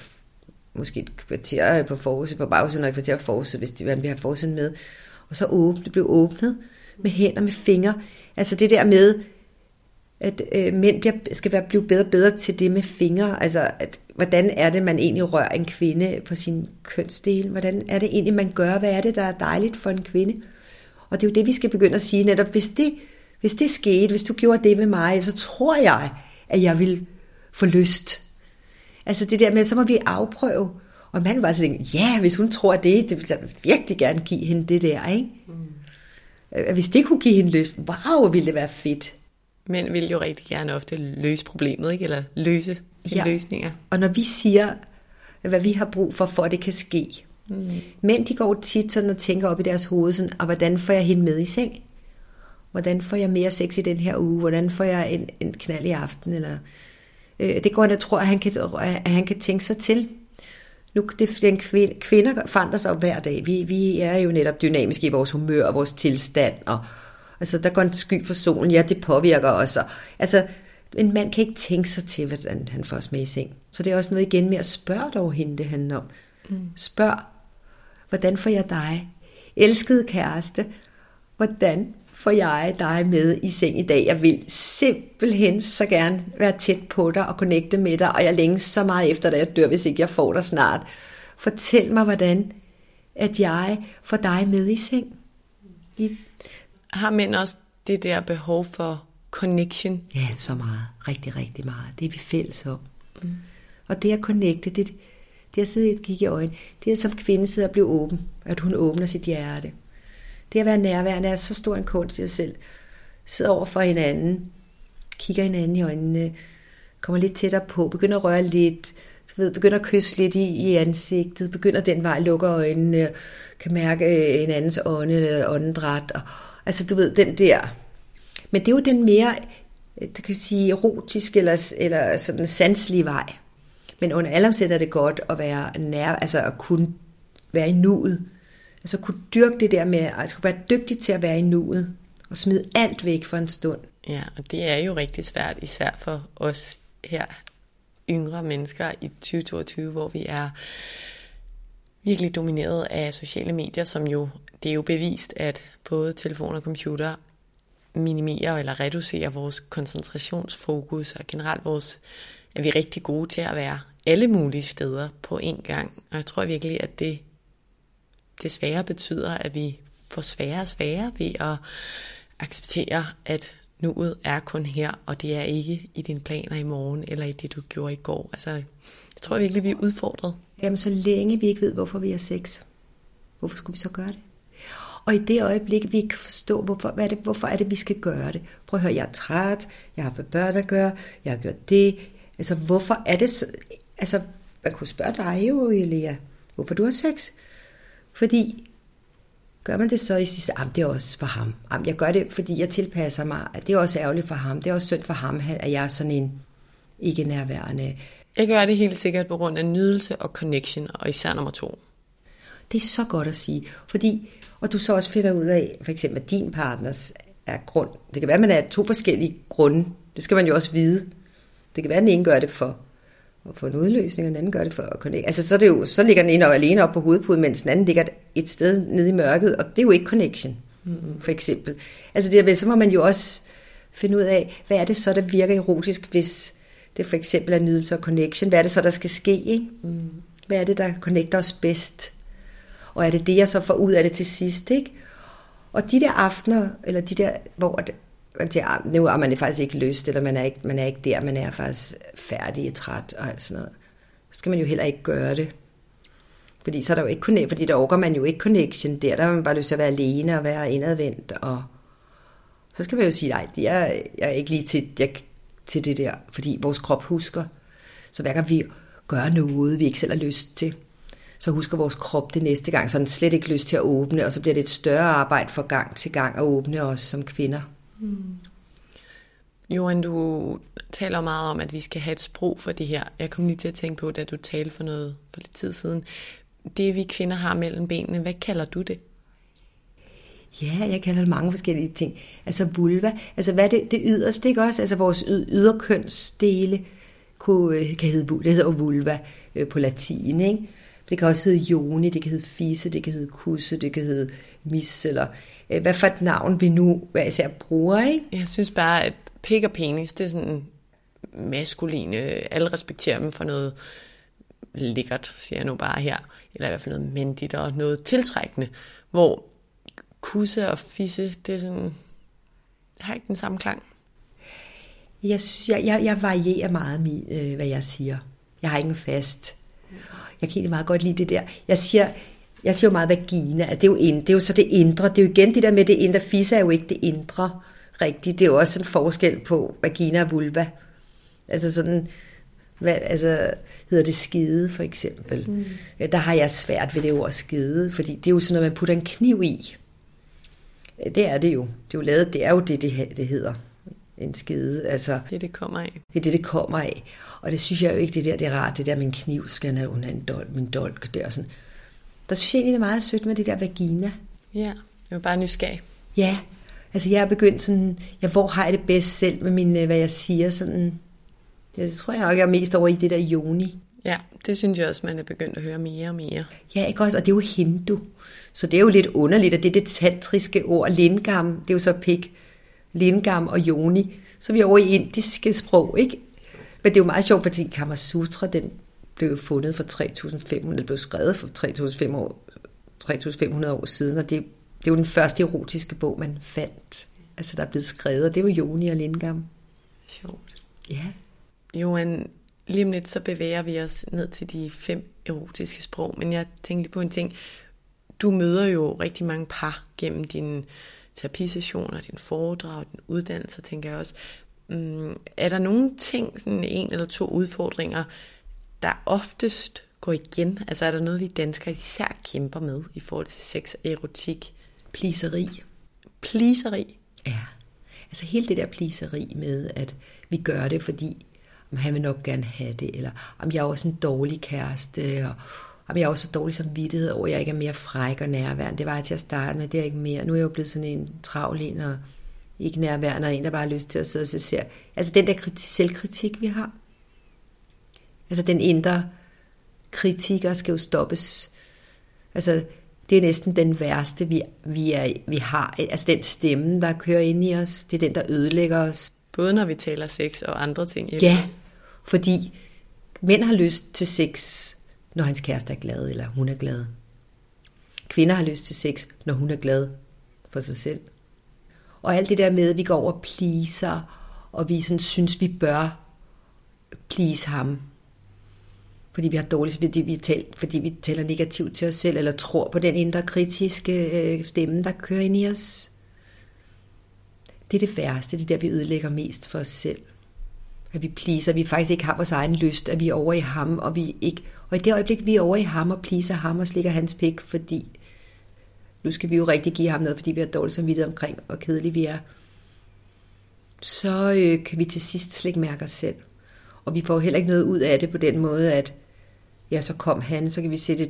måske et kvarter på forsiden, på bagsiden, og et kvarter på forsiden, hvis man vil have forsiden med, og så blev åbnet med hænder, med fingre, altså det der med, at mænd skal blive bedre og bedre til det med fingre, altså hvordan er det, man egentlig rører en kvinde på sin kønsdel, hvordan er det egentlig, man gør, hvad er det, der er dejligt for en kvinde, og det er jo det, vi skal begynde at sige netop, hvis det skete, hvis du gjorde det med mig, så tror jeg, at jeg vil få lyst. Altså det der med, så må vi afprøve, og manden bare så tænke, ja, hvis hun tror det vil jeg virkelig gerne give hende det der, ikke? Hvis det kunne give hende lyst, wow, ville det være fedt. Mænd vil jo rigtig gerne ofte løse problemet, ikke? Eller løse løsninger. Og når vi siger, hvad vi har brug for at det kan ske. Mænd, de går tit sådan og tænker op i deres hoved, sådan, og hvordan får jeg hende med i seng? Hvordan får jeg mere sex i den her uge? Hvordan får jeg en knald i aften? Eller, det går, jeg tror, at han kan tænke sig til. Nu, kvinder forandrer sig hver dag. Vi er jo netop dynamiske i vores humør og vores tilstand, og altså, der går en sky for solen, ja, det påvirker os. Altså, en mand kan ikke tænke sig til, hvordan han får os med i seng. Så det er også noget igen med at spørge dog hende, det handler om. Spørg, hvordan får jeg dig? Elskede kæreste, hvordan får jeg dig med i seng i dag? Jeg vil simpelthen så gerne være tæt på dig og connecte med dig, og jeg længes så meget efter dig, jeg dør, hvis ikke jeg får dig snart. Fortæl mig, hvordan at jeg får dig med i seng. Har mænd også det der behov for connection? Ja, så meget. Rigtig, rigtig meget. Det er vi fælles om. Og det at connecte, det at sidde og kigge i øjnene, det er som kvinde sidder og bliver åben, at hun åbner sit hjerte. Det at være nærværende er så stor en kunst i sig selv. Sidder over for hinanden, kigger hinanden i øjnene, kommer lidt tættere på, begynder at røre lidt, begynder at kysse lidt i ansigtet, begynder den vej, lukker øjnene, kan mærke hinandens ånde eller åndedræt. Altså du ved, den der. Men det er jo den mere, det kan sige, erotisk eller sådan sanselig vej. Men under alle omstændigheder er det godt at være nær, altså at kunne være i nuet. Altså kunne dyrke det der med, altså kunne være dygtig til at være i nuet og smide alt væk for en stund. Ja, og det er jo rigtig svært, især for os her yngre mennesker i 2022, hvor vi er virkelig domineret af sociale medier, som jo, det er jo bevist, at både telefon og computer minimerer eller reducerer vores koncentrationsfokus, og generelt er vi rigtig gode til at være alle mulige steder på én gang. Og jeg tror virkelig, at det desværre betyder, at vi får sværere og sværere ved at acceptere, at nuet er kun her, og det er ikke i dine planer i morgen, eller i det, du gjorde i går. Altså, jeg tror virkelig, vi er udfordret. Jamen, så længe vi ikke ved, hvorfor vi har sex, hvorfor skulle vi så gøre det? Og i det øjeblik, vi ikke kan forstå, hvorfor er det, vi skal gøre det. Prøv at høre, jeg er træt, jeg har haft børn at gøre, jeg har gjort det. Altså, hvorfor er det så? Altså, man kunne spørge dig jo, Elia, hvorfor du har sex? Fordi, gør man det så i sidste, det er også for ham. Jeg gør det, fordi jeg tilpasser mig. Det er også ærgerligt for ham. Det er også synd for ham, at jeg er sådan en ikke nærværende. Jeg gør det helt sikkert på grund af nydelse og connection, og især nummer 2. Det er så godt at sige, fordi, og du så også finder ud af, for eksempel, at din partners er grund. Det kan være, at man er 2 forskellige grunde. Det skal man jo også vide. Det kan være, at den ene gør det for at få en udløsning, og den anden gør det for at connect. Altså, så ligger den ene alene op på hovedpuden, mens den anden ligger et sted nede i mørket, og det er jo ikke connection, for eksempel. Altså, så må man jo også finde ud af, hvad er det så, der virker erotisk, hvis det for eksempel er nydelse og connection. Hvad er det så, der skal ske, ikke? Hvad er det, der connecter os bedst? Og er det det, jeg så får ud af det til sidst, ikke? Og de der aftener, eller de der, hvor nu har man det faktisk ikke lyst, eller man er ikke der, man er faktisk færdig og træt og alt sådan noget. Så skal man jo heller ikke gøre det. Fordi så er der jo ikke fordi der overgår man jo ikke connection der har man bare lyst til at være alene og være indadvendt, og så skal man jo sige, nej, jeg er ikke lige til det der, fordi vores krop husker. Så hver gang vi gør noget, vi ikke selv har lyst til, så husker vores krop det næste gang, så den slet ikke lyst til at åbne, og så bliver det et større arbejde fra gang til gang at åbne os som kvinder. Johan, du taler meget om, at vi skal have et sprog for det her. Jeg kom lige til at tænke på, da du talte for lidt tid siden. Det vi kvinder har mellem benene, hvad kalder du det? Ja, jeg kalder det mange forskellige ting. Altså vulva, altså hvad det yderste, det ikke også? Altså vores yderkønsdele kan hedde, det hedder vulva på latin, ikke? Det kan også hedde joni, det kan hedde fisse, det kan hedde kusse, det kan hedde mis, eller hvad for et navn vi nu hver især bruger, ikke? Jeg synes bare, at pik og penis, det er sådan maskuline, alle respekterer dem for noget lækkert, siger jeg nu bare her, eller i hvert fald noget mændigt og noget tiltrækkende, hvor kusse og fisse, det er sådan, har ikke den samme klang. Jeg synes, jeg varierer meget, hvad jeg siger. Jeg har ingen fast. Jeg kan egentlig meget godt lide det der. Jeg siger jo meget vagina, at det er jo så det indre. Det er jo igen det der med det indre. Fisse er jo ikke det indre rigtigt. Det er jo også en forskel på vagina og vulva. Altså sådan, hedder det skide for eksempel. Der har jeg svært ved det ord skide, fordi det er jo sådan noget, man putter en kniv i. Det er det jo. Det er jo det hedder. En skide, altså. Det kommer af. Det er det kommer af. Og det synes jeg jo ikke, det er rart, det der med en kniv, skal have under min dolk der og sådan. Der synes jeg egentlig, det er meget sødt med det der vagina. Ja, jeg var bare nysgerrig. Ja, altså jeg er begyndt sådan, hvor har jeg det bedst selv med hvad jeg siger sådan. Jeg tror jeg er mest over i det der joni. Ja, det synes jeg også, man er begyndt at høre mere og mere. Ja, ikke også? Og det er jo hindu. Så det er jo lidt underligt, at det er det tantriske ord, lingam, det er jo så pik. Lingam og yoni, så vi er over i indiske sprog, ikke? Men det er jo meget sjovt, fordi Kama Sutra, den blev fundet for 3.500, det blev skrevet for 3.500 år siden, og det er jo den første erotiske bog, man fandt. Altså, der er blevet skrevet, og det var yoni og lingam. Sjovt. Ja. Johan, lige om lidt, så bevæger vi os ned til de 5 erotiske sprog, men jeg tænkte på en ting. Du møder jo rigtig mange par gennem dine terapisessioner, din foredrag, din uddannelse, tænker jeg også. Er der nogle ting, sådan en eller to udfordringer, der oftest går igen? Altså er der noget, vi danskere især kæmper med i forhold til sex og erotik? Pleaseri. Pleaseri? Ja. Altså hele det der pleaseri med, at vi gør det, fordi han vil nok gerne have det, eller om jeg er også en dårlig kæreste, og om jeg er også så dårlig samvittighed over, at jeg ikke er mere fræk og nærværende. Det var jeg til at starte med, det er ikke mere. Nu er jeg jo blevet sådan en travl en, og ikke nærværende, og en, der bare har lyst til at sidde og se ser. Altså den der selvkritik, vi har. Altså den indre kritiker skal jo stoppes. Altså det er næsten den værste, vi har. Altså den stemme, der kører ind i os, det er den, der ødelægger os. Både når vi taler sex og andre ting. Ja, fordi mænd har lyst til sex, når hans kæreste er glad, eller hun er glad. Kvinder har lyst til sex, når hun er glad for sig selv. Og alt det der med, at vi går over og pleaser, og vi sådan synes, vi bør please ham. Fordi vi har dårligt, fordi vi taler negativt til os selv, eller tror på den indre kritiske stemme, der kører ind i os. Det er det værste, det er der, vi ødelægger mest for os selv. At vi pleaser, vi faktisk ikke har vores egen lyst, at vi er over i ham, og vi ikke... Og i det øjeblik, vi er over i ham og pleaser ham og slikker hans pik, fordi nu skal vi jo rigtig give ham noget, fordi vi har dårligt samvittighed omkring, hvor kedelige vi er, så kan vi til sidst slet ikke mærke os selv. Og vi får heller ikke noget ud af det på den måde, at ja, så kom han, så kan vi sætte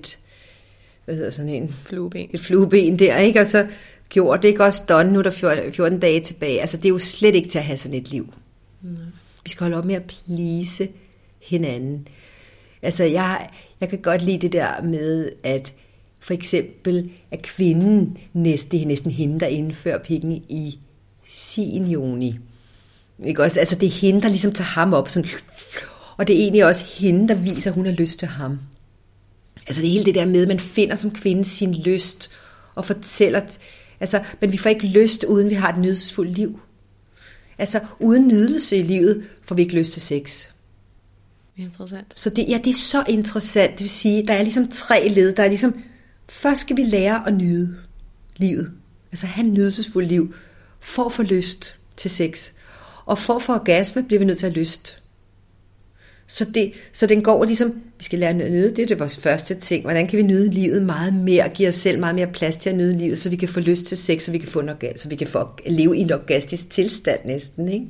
et flueben der, ikke? Og så gjorde det ikke også done, nu er der 14 dage tilbage. Altså det er jo slet ikke til at have sådan et liv. Nej. Vi skal holde op med at please hinanden. Altså jeg kan godt lide det der med, at for eksempel at kvinden næsten hende, der indfører pikken i sin joni. Ikke også? Altså det er hende, der ligesom tager ham op. Sådan, og det er egentlig også hende, der viser, at hun har lyst til ham. Altså det er hele det der med, at man finder som kvinde sin lyst og fortæller... Altså, men vi får ikke lyst, uden vi har et nydelsesfuldt liv. Altså uden nydelse i livet, får vi ikke lyst til sex. Interessant. Så det er så interessant. Det vil sige, der er ligesom 3 led. Der er ligesom, først skal vi lære at nyde livet. Altså have et nydelsesfuldt liv. For at få lyst til sex. Og for at få orgasme, bliver vi nødt til at have lyst. Så den går ligesom, vi skal lære at nyde, det er vores første ting. Hvordan kan vi nyde livet meget mere, give os selv meget mere plads til at nyde livet, så vi kan få lyst til sex, så vi kan få så vi kan få leve i en orgastisk tilstand næsten, ikke?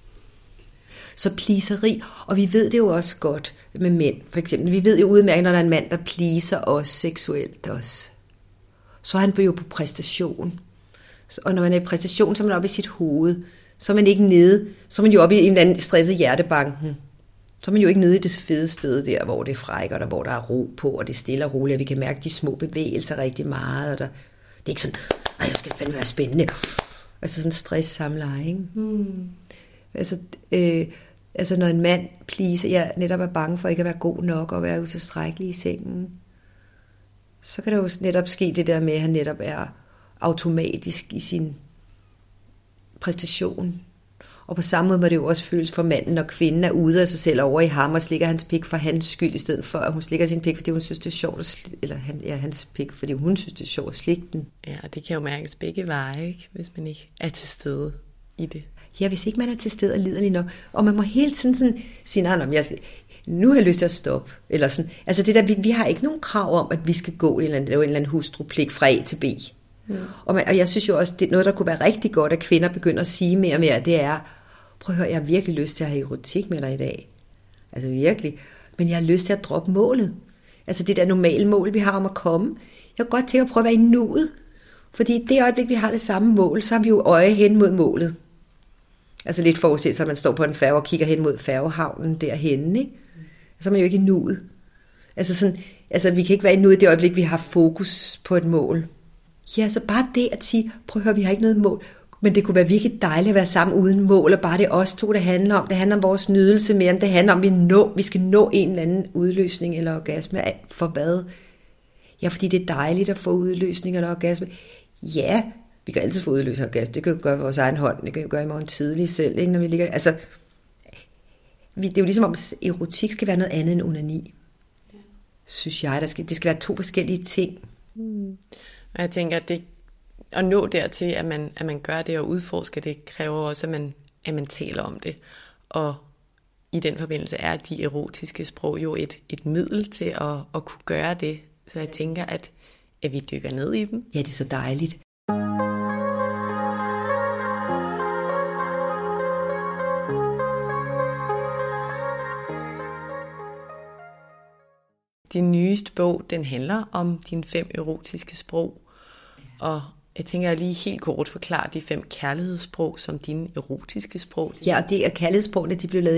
Så pleaseri, og vi ved det jo også godt med mænd, for eksempel. Vi ved jo udmærket, når der er en mand, der pleaser os seksuelt også. Så er han jo på præstation. Og når man er i præstation, så er man oppe i sit hoved. Så er man ikke nede, så er man jo oppe i en eller anden stresset hjertebanken. Så er man jo ikke nede i det fede sted der, hvor det er frækkert, og hvor der er ro på, og det er stille og roligt, og vi kan mærke de små bevægelser rigtig meget. Og det er ikke sådan, jeg skal fandme være spændende. Altså sådan stress samleje, ikke? Altså når en mand pleaser, jeg netop er bange for ikke at være god nok, og være utilstrækkelig i sengen, så kan der jo netop ske det der med, at han netop er automatisk i sin præstation. Og på samme måde må det jo også føles for manden, når kvinden er ude af sig selv over i ham og slikker hans pik for hans skyld, i stedet for at hun slikker sin pik, fordi hun synes, det er sjovt, eller hans pik, fordi hun synes, det er sjovt at slikke den. Ja, og det kan jo mærkes begge veje, ikke? Hvis man ikke er til stede i det. Ja, hvis ikke man er til stede og liderlig nok. Og man må hele tiden sådan sige, nu har jeg lyst til at stoppe. Eller sådan. Altså det der, vi har ikke nogen krav om, at vi skal gå en eller anden hustrupligt fra A til B. Og jeg synes jo også, det er noget, der kunne være rigtig godt, at kvinder begynder at sige mere og mere, det er, prøv at høre, jeg har virkelig lyst til at have erotik med dig i dag. Altså virkelig. Men jeg har lyst til at droppe målet. Altså det der normale mål, vi har om at komme. Jeg kan godt tænke at prøve at være i nuet. Fordi i det øjeblik, vi har det samme mål, så har vi jo øje hen mod målet. Altså lidt forudset, så man står på en færge og kigger hen mod færgehavnen derhenne, ikke? Så er man jo ikke i nuet. Altså vi kan ikke være i nuet i det øjeblik, vi har fokus på et mål. Ja, så bare det at sige, prøv at høre, vi har ikke noget mål. Men det kunne være virkelig dejligt at være sammen uden mål, og bare det os to, det handler om. Det handler om vores nydelse mere, end det handler om, at vi skal nå en eller anden udløsning eller orgasme. For hvad? Ja, fordi det er dejligt at få udløsning eller orgasme. Ja, vi kan altid få udløsning og orgasme. Det kan vi gøre på vores egen hånd. Det kan vi gøre i morgen tidlig selv, ikke? Når vi ligger... Altså, det er jo ligesom om, at erotik skal være noget andet end onani. Synes jeg. Det skal være 2 forskellige ting. Og jeg tænker, at at nå dertil, at man gør det og udforsker det, kræver også, at man taler om det. Og i den forbindelse er de erotiske sprog jo et middel til at kunne gøre det. Så jeg tænker, at vi dykker ned i dem. Ja, det er så dejligt. Din nyeste bog, den handler om dine 5 erotiske sprog. Og jeg tænker, at jeg lige helt kort forklare de 5 kærlighedssprog som dine erotiske sprog. Ja, og det er kærlighedssprogene, de blev lavet i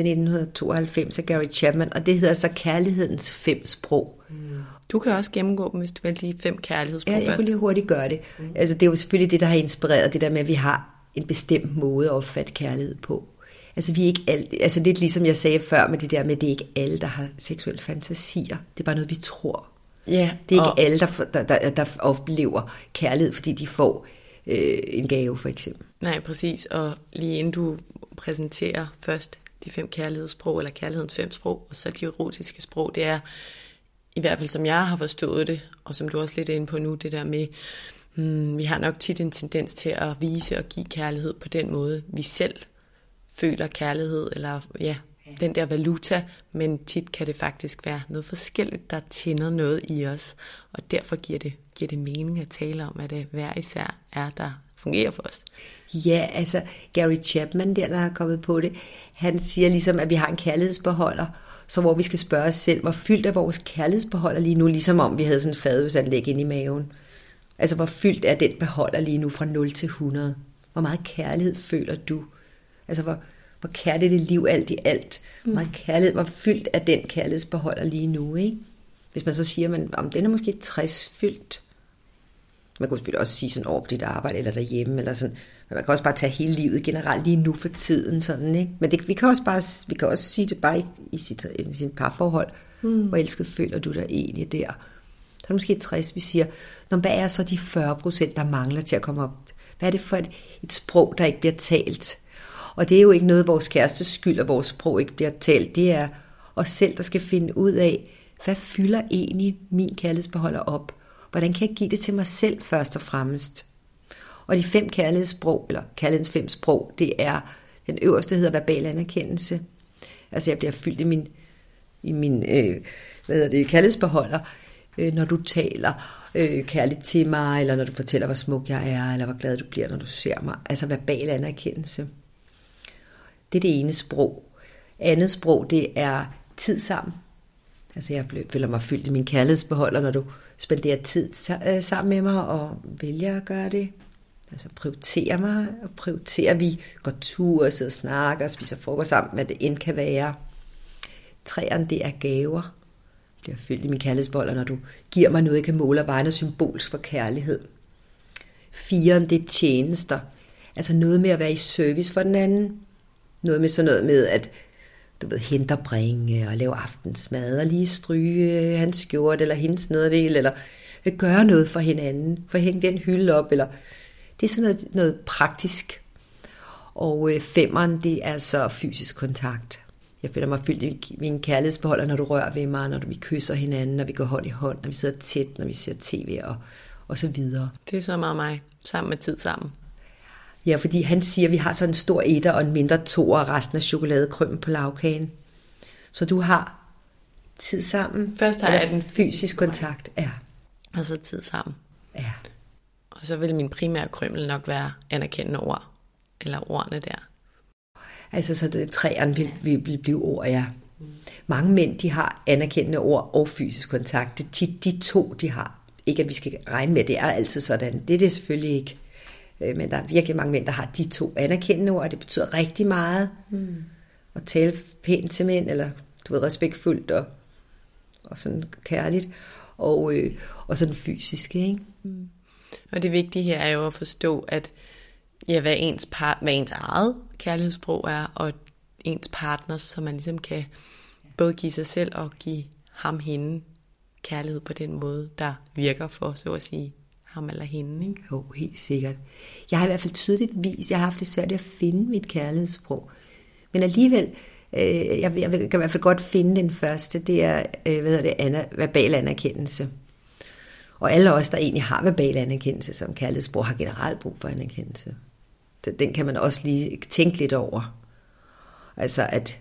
1992 af Gary Chapman, og det hedder så kærlighedens 5 sprog. Du kan også gennemgå dem, hvis du vil de 5 kærlighedssprog først. Ja, jeg kunne lige hurtigt gøre det. Altså, det er jo selvfølgelig det, der har inspireret det der med, at vi har en bestemt måde at opfatte kærlighed på. Altså, vi er ikke altså lidt ligesom jeg sagde før med det der med, at det er ikke alle, der har seksuelle fantasier. Det er bare noget, vi tror. Ja, det er ikke alle, der oplever kærlighed, fordi de får en gave, for eksempel. Nej, præcis. Og lige inden du præsenterer først de 5 kærlighedssprog, eller kærlighedens 5 sprog, og så de erotiske sprog, det er, i hvert fald som jeg har forstået det, og som du også lidt er inde på nu, det der med, vi har nok tit en tendens til at vise og give kærlighed på den måde, vi selv føler kærlighed, eller den der valuta, men tit kan det faktisk være noget forskelligt, der tænder noget i os, og derfor giver det mening at tale om, at det hver især er, der fungerer for os. Ja, altså Gary Chapman, der har kommet på det, han siger ligesom, at vi har en kærlighedsbeholder, så hvor vi skal spørge os selv, hvor fyldt er vores kærlighedsbeholder lige nu, ligesom om vi havde sådan et fadølsanlæg inde i maven. Altså hvor fyldt er den beholder lige nu fra 0 til 100? Hvor meget kærlighed føler du? Altså hvor kærligt er det liv alt i alt? Hvor meget kærlighed, hvor fyldt er den kærlighedsbeholder lige nu, ikke? Hvis man så siger, om den er måske 60 fyldt. Man kan selvfølgelig også sige sådan over på dit arbejde eller derhjemme, eller sådan. Men man kan også bare tage hele livet generelt lige nu for tiden, sådan, ikke? Men vi kan også sige det bare i sit parforhold. Hvor elsket føler du dig egentlig der? Så er det måske 60, vi siger, hvad er så de 40%, der mangler til at komme op? Hvad er det for et sprog, der ikke bliver talt? Og det er jo ikke noget vores kærestes skyld, at vores sprog ikke bliver talt. Det er os selv, der skal finde ud af, hvad fylder egentlig min kærlighedsbeholder op? Hvordan kan jeg give det til mig selv først og fremmest? Og de 5 kærlighedssprog, eller kærlighedens 5 sprog, det er, den øverste hedder verbal anerkendelse. Altså jeg bliver fyldt i min kærlighedsbeholder, når du taler kærligt til mig, eller når du fortæller, hvor smuk jeg er, eller hvor glad du bliver, når du ser mig. Altså verbal anerkendelse. Det er det ene sprog. Andet sprog, det er tid sammen. Altså jeg føler mig fyldt i min kærlighedsbeholder, når du spenderer tid sammen med mig og vælger at gøre det. Altså prioriterer mig, og prioriterer vi går tur og sidder og snakker og spiser frokost sammen, hvad det end kan være. 3'eren, det er gaver. Jeg bliver fyldt i min kærlighedsbeholder, når du giver mig noget, jeg kan måle og veje noget symbolsk for kærlighed. 4'eren, det er tjenester. Altså noget med at være i service for den anden. Noget med at hente og bringe og lave aftensmad og lige stryge hans skjort eller hendes nederdel, eller gøre noget for hinanden, for at hænge den hylde op, eller det er sådan noget praktisk. Og 5'eren, det er altså fysisk kontakt. Jeg føler mig fyldt i min kærlighedsbeholder, når du rører ved mig, når vi kysser hinanden, når vi går hånd i hånd, når vi sidder tæt, når vi ser tv og så videre. Det er så meget mig, sammen med tid sammen. Ja, fordi han siger, at vi har sådan en stor 1'er og en mindre 2'er og resten af chokoladekrømmen på lagkagen. Så du har tid sammen. Først har jeg den fysisk kontakt. Ja. Og så tid sammen. Ja. Og så vil min primære krømmel nok være anerkendende ord. Eller ordene der. Altså så det 3'eren vil blive ord, ja. Mange mænd, de har anerkendende ord og fysisk kontakt. Det er tit de 2, de har. Ikke at vi skal regne med, det er altid sådan. Det er det selvfølgelig ikke. Men der er virkelig mange mænd, der har de 2 anerkendende ord, og det betyder rigtig meget at tale pænt til mænd, eller respektfuldt og sådan kærligt, og sådan fysisk, ikke? Og det vigtige her er jo at forstå, at hvad ens eget kærlighedssprog er, og ens partners, så man ligesom kan både give sig selv og give hende kærlighed på den måde, der virker for, så at sige, ham eller hende, ikke? Jo, helt sikkert. Jeg har i hvert fald tydeligt vist, jeg har haft det svært at finde mit kærlighedssprog. Men alligevel, jeg kan i hvert fald godt finde den første, det er, verbal anerkendelse. Og alle os, der egentlig har verbal anerkendelse som kærlighedssprog, har generelt brug for anerkendelse. Så den kan man også lige tænke lidt over. Altså at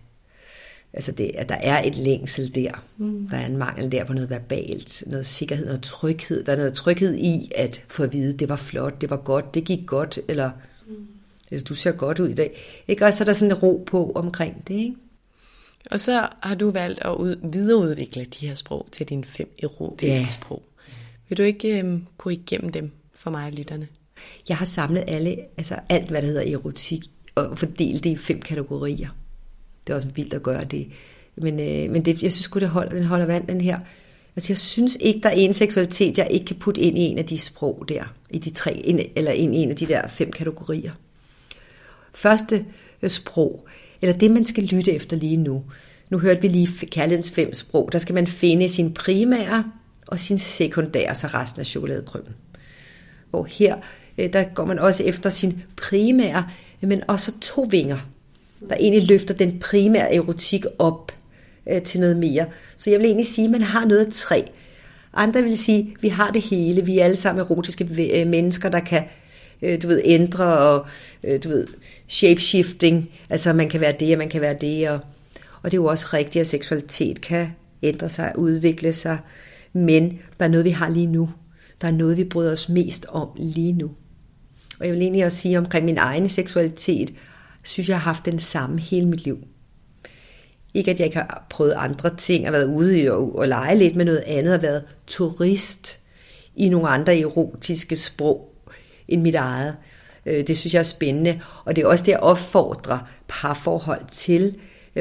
der er et længsel der. Der er en mangel der på noget verbalt, noget sikkerhed, noget tryghed. Der er noget tryghed i at få at vide, det var flot, det var godt, det gik godt, eller du ser godt ud i dag. Ikke? Og så er der sådan en ro på omkring det, ikke? Og så har du valgt at videreudvikle de her sprog til dine 5 erotiske sprog. Vil du ikke gå igennem dem for mig og lytterne? Jeg har samlet alt, hvad der hedder erotik, og fordelt det i 5 kategorier. Det er også vildt at gøre det. Men det, jeg synes sgu, den holder vand, den her. Altså, jeg synes ikke, der er en seksualitet, jeg ikke kan putte ind i en af de sprog der. I de 3, eller ind i en af de der 5 kategorier. Første sprog, eller det, man skal lytte efter lige nu. Nu hørte vi lige kærlighedens 5 sprog. Der skal man finde sin primære og sin sekundære, så resten af chokoladekrømmen. Hvor her, der går man også efter sin primære, men også 2 vinger, der egentlig løfter den primære erotik op til noget mere. Så jeg vil egentlig sige, at man har noget af 3. Andre vil sige, at vi har det hele. Vi er alle sammen erotiske mennesker, der kan ændre og shapeshifting. Altså man kan være det, og man kan være det. Og det er jo også rigtigt, at seksualitet kan ændre sig, udvikle sig. Men der er noget, vi har lige nu. Der er noget, vi bryder os mest om lige nu. Og jeg vil egentlig også sige omkring min egen seksualitet, synes jeg har haft den samme hele mit liv. Ikke at jeg ikke har prøvet andre ting, og været ude og lege lidt med noget andet, og været turist i nogle andre erotiske sprog end mit eget. Det synes jeg er spændende, og det er også det, jeg opfordrer parforhold til,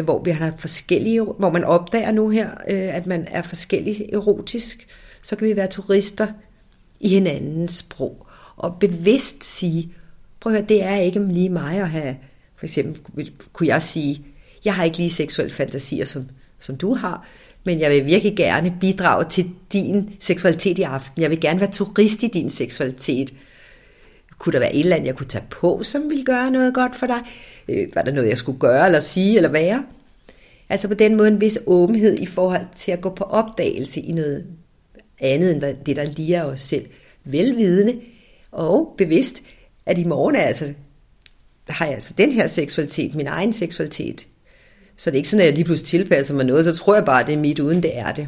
hvor man opdager nu her, at man er forskellig erotisk, så kan vi være turister i hinandens sprog, og bevidst sige, prøv at høre, det er ikke lige mig at have, for eksempel kunne jeg sige, jeg har ikke lige seksuelle fantasier, som du har, men jeg vil virkelig gerne bidrage til din seksualitet i aften. Jeg vil gerne være turist i din seksualitet. Kunne der være et eller andet, jeg kunne tage på, som ville gøre noget godt for dig? Var der noget, jeg skulle gøre, eller sige, eller være? Altså på den måde en vis åbenhed i forhold til at gå på opdagelse i noget andet, end det, der liger os selv. Velvidende og bevidst, at i morgen har jeg altså den her seksualitet, min egen seksualitet. Så det er ikke sådan, at jeg lige pludselig tilpasser mig noget, så tror jeg bare, det er mit, uden det er det.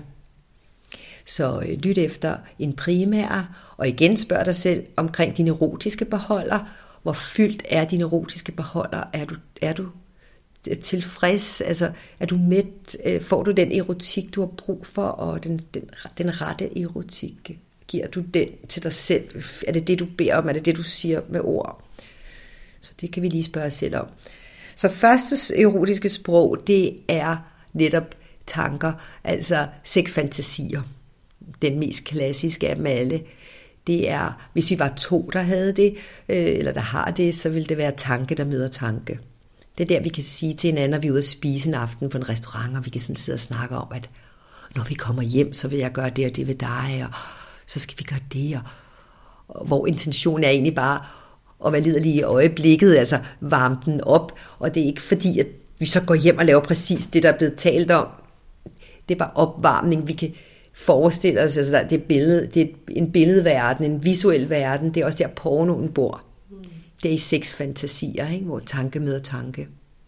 Så lyt efter en primær, og igen spørg dig selv omkring dine erotiske beholder. Hvor fyldt er dine erotiske beholder? Er du tilfreds? Altså, er du mæt? Får du den erotik, du har brug for, og den rette erotik? Giver du den til dig selv? Er det det, du beder om? Er det det, du siger med ord? Så det kan vi lige spørge os selv om. Så første erotiske sprog, det er netop tanker, altså sexfantasier. Den mest klassiske af dem alle. Det er, hvis vi var 2, der havde det, eller der har det, så vil det være tanke, der møder tanke. Det er der, vi kan sige til hinanden, når vi er ude at spise en aften på en restaurant, og vi kan sådan sidde og snakke om, at når vi kommer hjem, så vil jeg gøre det og det ved dig, og så skal vi gøre det, og hvor intentionen er egentlig bare at være liderlig i øjeblikket, altså varme den op, og det er ikke fordi, at vi så går hjem og laver præcis det, der er blevet talt om. Det er bare opvarmning, vi kan forestille os, altså det er en billedverden, en visuel verden, det er også der pornoen bor. Det er i sexfantasier, ikke? Hvor tanke møder tanke.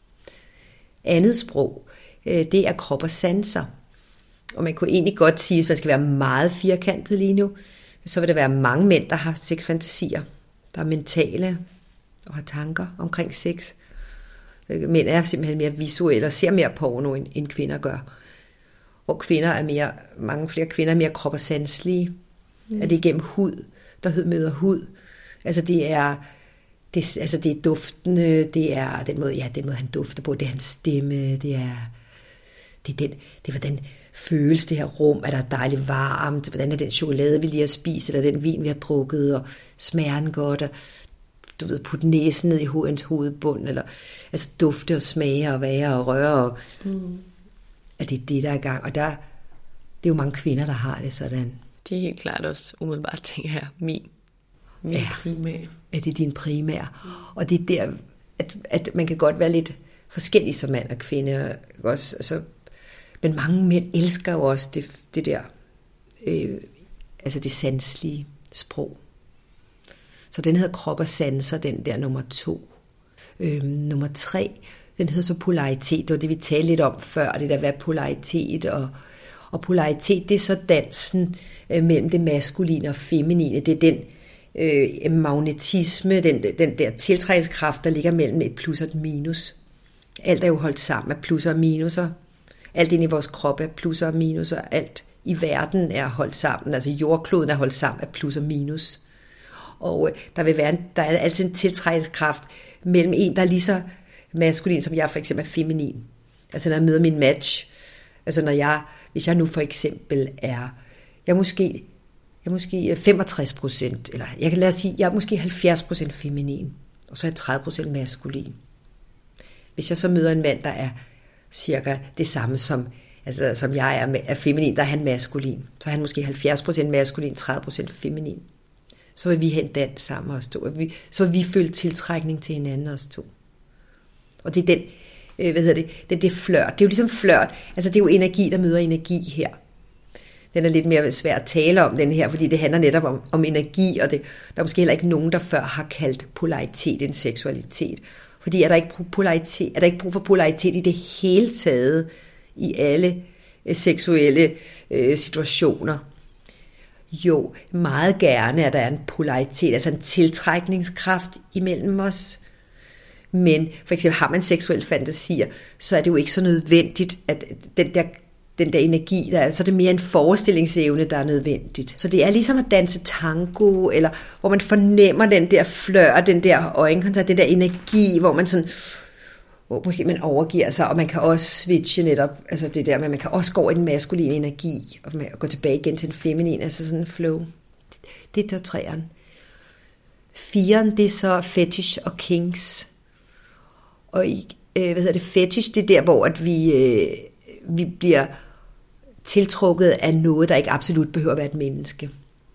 Andet sprog, det er krop og sanser. Og man kunne egentlig godt sige, at man skal være meget firkantet lige nu, så vil der være mange mænd, der har sexfantasier, der er mentale og har tanker omkring sex. Mænd er simpelthen mere visuelle og ser mere porno, end kvinder gør. Hvor mange flere kvinder er mere krop og sanselige. Er det gennem hud, der møder hud. Altså det er duftende, det er den måde han dufter på, det er hans stemme, det er hvordan føles det her rum, er der dejligt varmt, hvordan er den chokolade, vi lige har spist, eller den vin, vi har drukket, og smager den godt, og putte næsen ned i hans hovedbund, eller altså dufte og smage og være og røre, og at det er det, der er i gang. Og det er jo mange kvinder, der har det sådan. Det er helt klart også umiddelbart, tænker jeg, min primære. Ja, det er din primære. Og det er der, at man kan godt være lidt forskellig som mand og kvinde. Også, altså, men mange mænd elsker jo også det der, altså det sanselige sprog. Så den hedder krop og sanser, den der nummer 2. Nummer 3, den hedder så polaritet. Det var det, vi talte lidt om før, det der hvad polaritet. Og polaritet, det er så dansen mellem det maskuline og feminine. Det er den magnetisme, den der tiltrækningskraft, der ligger mellem et plus og et minus. Alt er jo holdt sammen af plusser og minuser. Alt inde i vores krop er plusser og minuser. Alt i verden er holdt sammen. Altså jordkloden er holdt sammen af plus og minus. Og der er altid en tiltrækningskraft mellem en, der er lige så maskulin, som jeg for eksempel er feminin. Altså når jeg møder min match. Altså hvis jeg nu for eksempel jeg er måske 65%, eller jeg kan lade os sige, jeg er måske 70% feminin, og så er jeg 30% maskulin. Hvis jeg så møder en mand, der er cirka det samme som jeg er feminin, der er han maskulin. Så er han måske 70% maskulin, 30% feminin. Så vil vi have en dans sammen os to. Så vil vi føle tiltrækning til hinanden os to. Og det er den, flirt. Det er jo ligesom flirt. Altså det er jo energi, der møder energi her. Den er lidt mere svær at tale om, den her, fordi det handler netop om energi, og der er måske heller ikke nogen, der før har kaldt polaritet en seksualitet. Fordi er der ikke brug for polaritet i det hele taget, i alle seksuelle situationer? Jo, meget gerne, at der er en polaritet, altså en tiltrækningskraft imellem os. Men for eksempel har man seksuelle fantasier, så er det jo ikke så nødvendigt, at den der energi, der er, så er det mere en forestillingsevne, der er nødvendigt. Så det er ligesom at danse tango, eller hvor man fornemmer den der flør, den der øjenkontakt, den der energi, hvor man sådan, hvor måske man overgiver sig, og man kan også switche netop, altså det der, men man kan også gå over i den maskuline energi, og gå tilbage igen til den feminine, altså sådan en flow. Det er 3'eren. 4'eren, det er så fetish og kinks. Og fetish, det er der, hvor at vi bliver tiltrukket af noget, der ikke absolut behøver at være et menneske.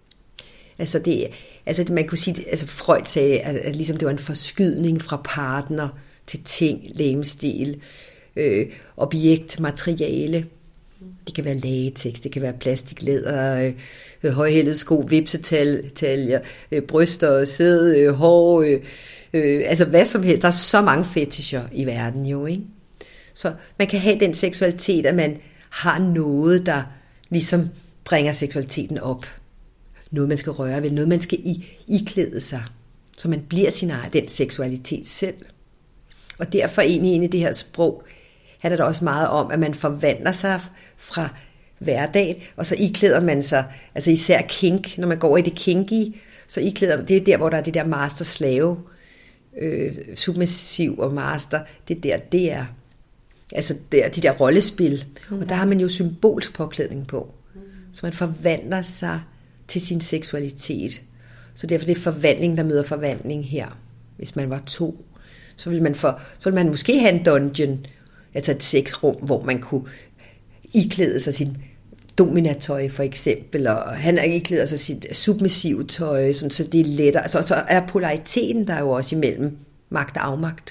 Altså man kunne sige, altså Freud sagde, at ligesom det var en forskydning fra partner til ting, legemstil, objekt, materiale. Det kan være latex, det kan være plastiklæder, højhælede sko, vipsetaljer, bryster, sæd, hår, altså hvad som helst. Der er så mange fetischer i verden jo, ikke? Så man kan have den seksualitet, at man har noget, der ligesom bringer seksualiteten op. Noget, man skal røre ved, noget, man skal iklæde sig. Så man bliver sin egen, den seksualitet selv. Og derfor egentlig i det her sprog, handler det også meget om, at man forvandler sig fra hverdagen, og så iklæder man sig, altså især kink, når man går i det kinky, så iklæder det er der, hvor der er det der master-slave, submissiv og master, det er altså de der rollespil, og der har man jo symbolsk påklædning på, så man forvandler sig til sin seksualitet. Så derfor det er forvandling, der møder forvandling her. Hvis man var 2, så ville man måske have en dungeon, altså et sexrum, hvor man kunne iklæde sig sin dominatøj for eksempel, og han iklæder sig sit submissive tøj, sådan, så det er lettere. Så er polariteten der jo også imellem magt og afmagt.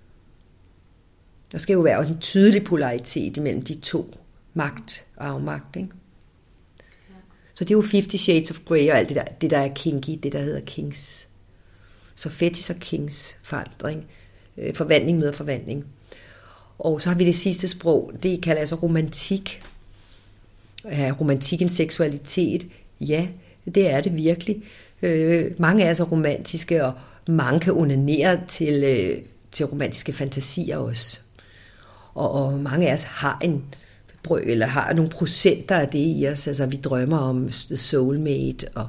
Der skal jo være også en tydelig polaritet imellem de to, magt og afmagt, ikke? Så det er jo 50 Shades of Grey og alt det der er kinky, det der hedder kings. Så fetish og kings, forandring, forvandling møder forvandling. Og så har vi det sidste sprog, det kalder altså romantik. Romantikens seksualitet, ja, det er det virkelig. Mange er altså romantiske, og mange kan onanere til romantiske fantasier også. Og mange af os har nogle procenter af det i os. Altså vi drømmer om soulmate, og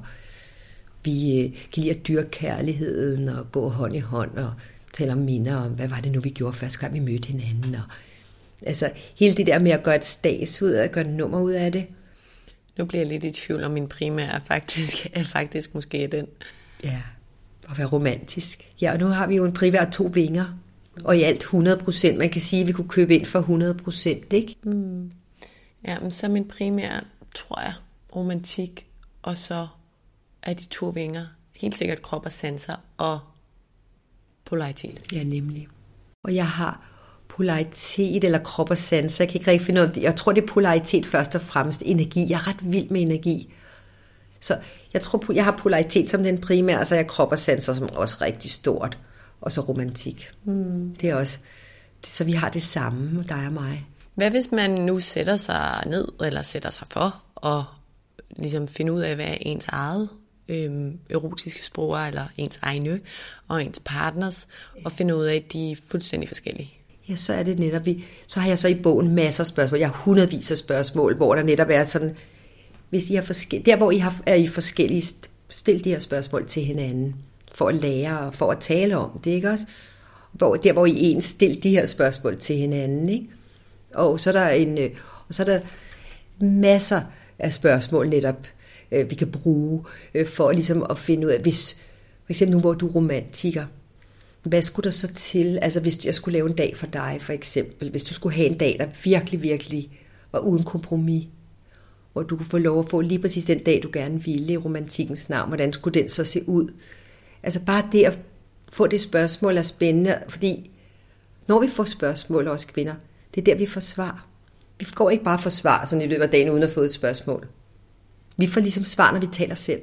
vi kan lide at dyrke kærligheden og gå hånd i hånd og tale om minder om, hvad var det nu, vi gjorde første gang, vi mødte hinanden. Og, altså hele det der med at gøre et stas ud af, at gøre et nummer ud af det. Nu bliver jeg lidt i tvivl om min primære er faktisk måske den. Ja, at være romantisk. Ja, og nu har vi jo en primær 2 vinger. Og i alt 100%. Man kan sige, at vi kunne købe ind for 100%, ikke? Mm. Ja, men så min primære, tror jeg, romantik, og så er de 2 vinger helt sikkert krop og sanser og polaritet. Ja, nemlig. Og jeg har polaritet eller krop og sanser. Jeg kan ikke rigtig finde ud af det. Jeg tror, det er polaritet først og fremmest. Energi. Jeg er ret vild med energi. Så jeg tror, jeg har polaritet som den primære, så jeg krop og sanser som også rigtig stort. Og så romantik. Det er også, så vi har det samme, dig og mig. Hvad hvis man nu sætter sig ned, eller sætter sig for, og ligesom finde ud af, hvad er ens eget erotiske sprog, eller ens egne, og ens partners, og finde ud af, at de er fuldstændig forskellige? Ja, så er det netop, så har jeg så i bogen masser af spørgsmål. Jeg har hundredvis af spørgsmål, hvor der netop er sådan, hvis I har der hvor er I forskellige, stil de her spørgsmål til hinanden, for at lære og for at tale om det, ikke også? Der hvor I ens stil de her spørgsmål til hinanden, ikke? Og så er der masser af spørgsmål netop, vi kan bruge for ligesom at finde ud af, hvis for eksempel nu hvor du er romantiker, hvad skulle der så til, altså hvis jeg skulle lave en dag for dig for eksempel, hvis du skulle have en dag, der virkelig, virkelig var uden kompromis, hvor du kunne få lov at få lige præcis den dag, du gerne ville i romantikkens navn, hvordan skulle den så se ud? Altså bare det at få det spørgsmål er spændende, fordi når vi får spørgsmål, os kvinder, det er der, vi får svar. Vi går ikke bare for svar sådan i løbet af dagen, uden at få et spørgsmål. Vi får ligesom svar, når vi taler selv.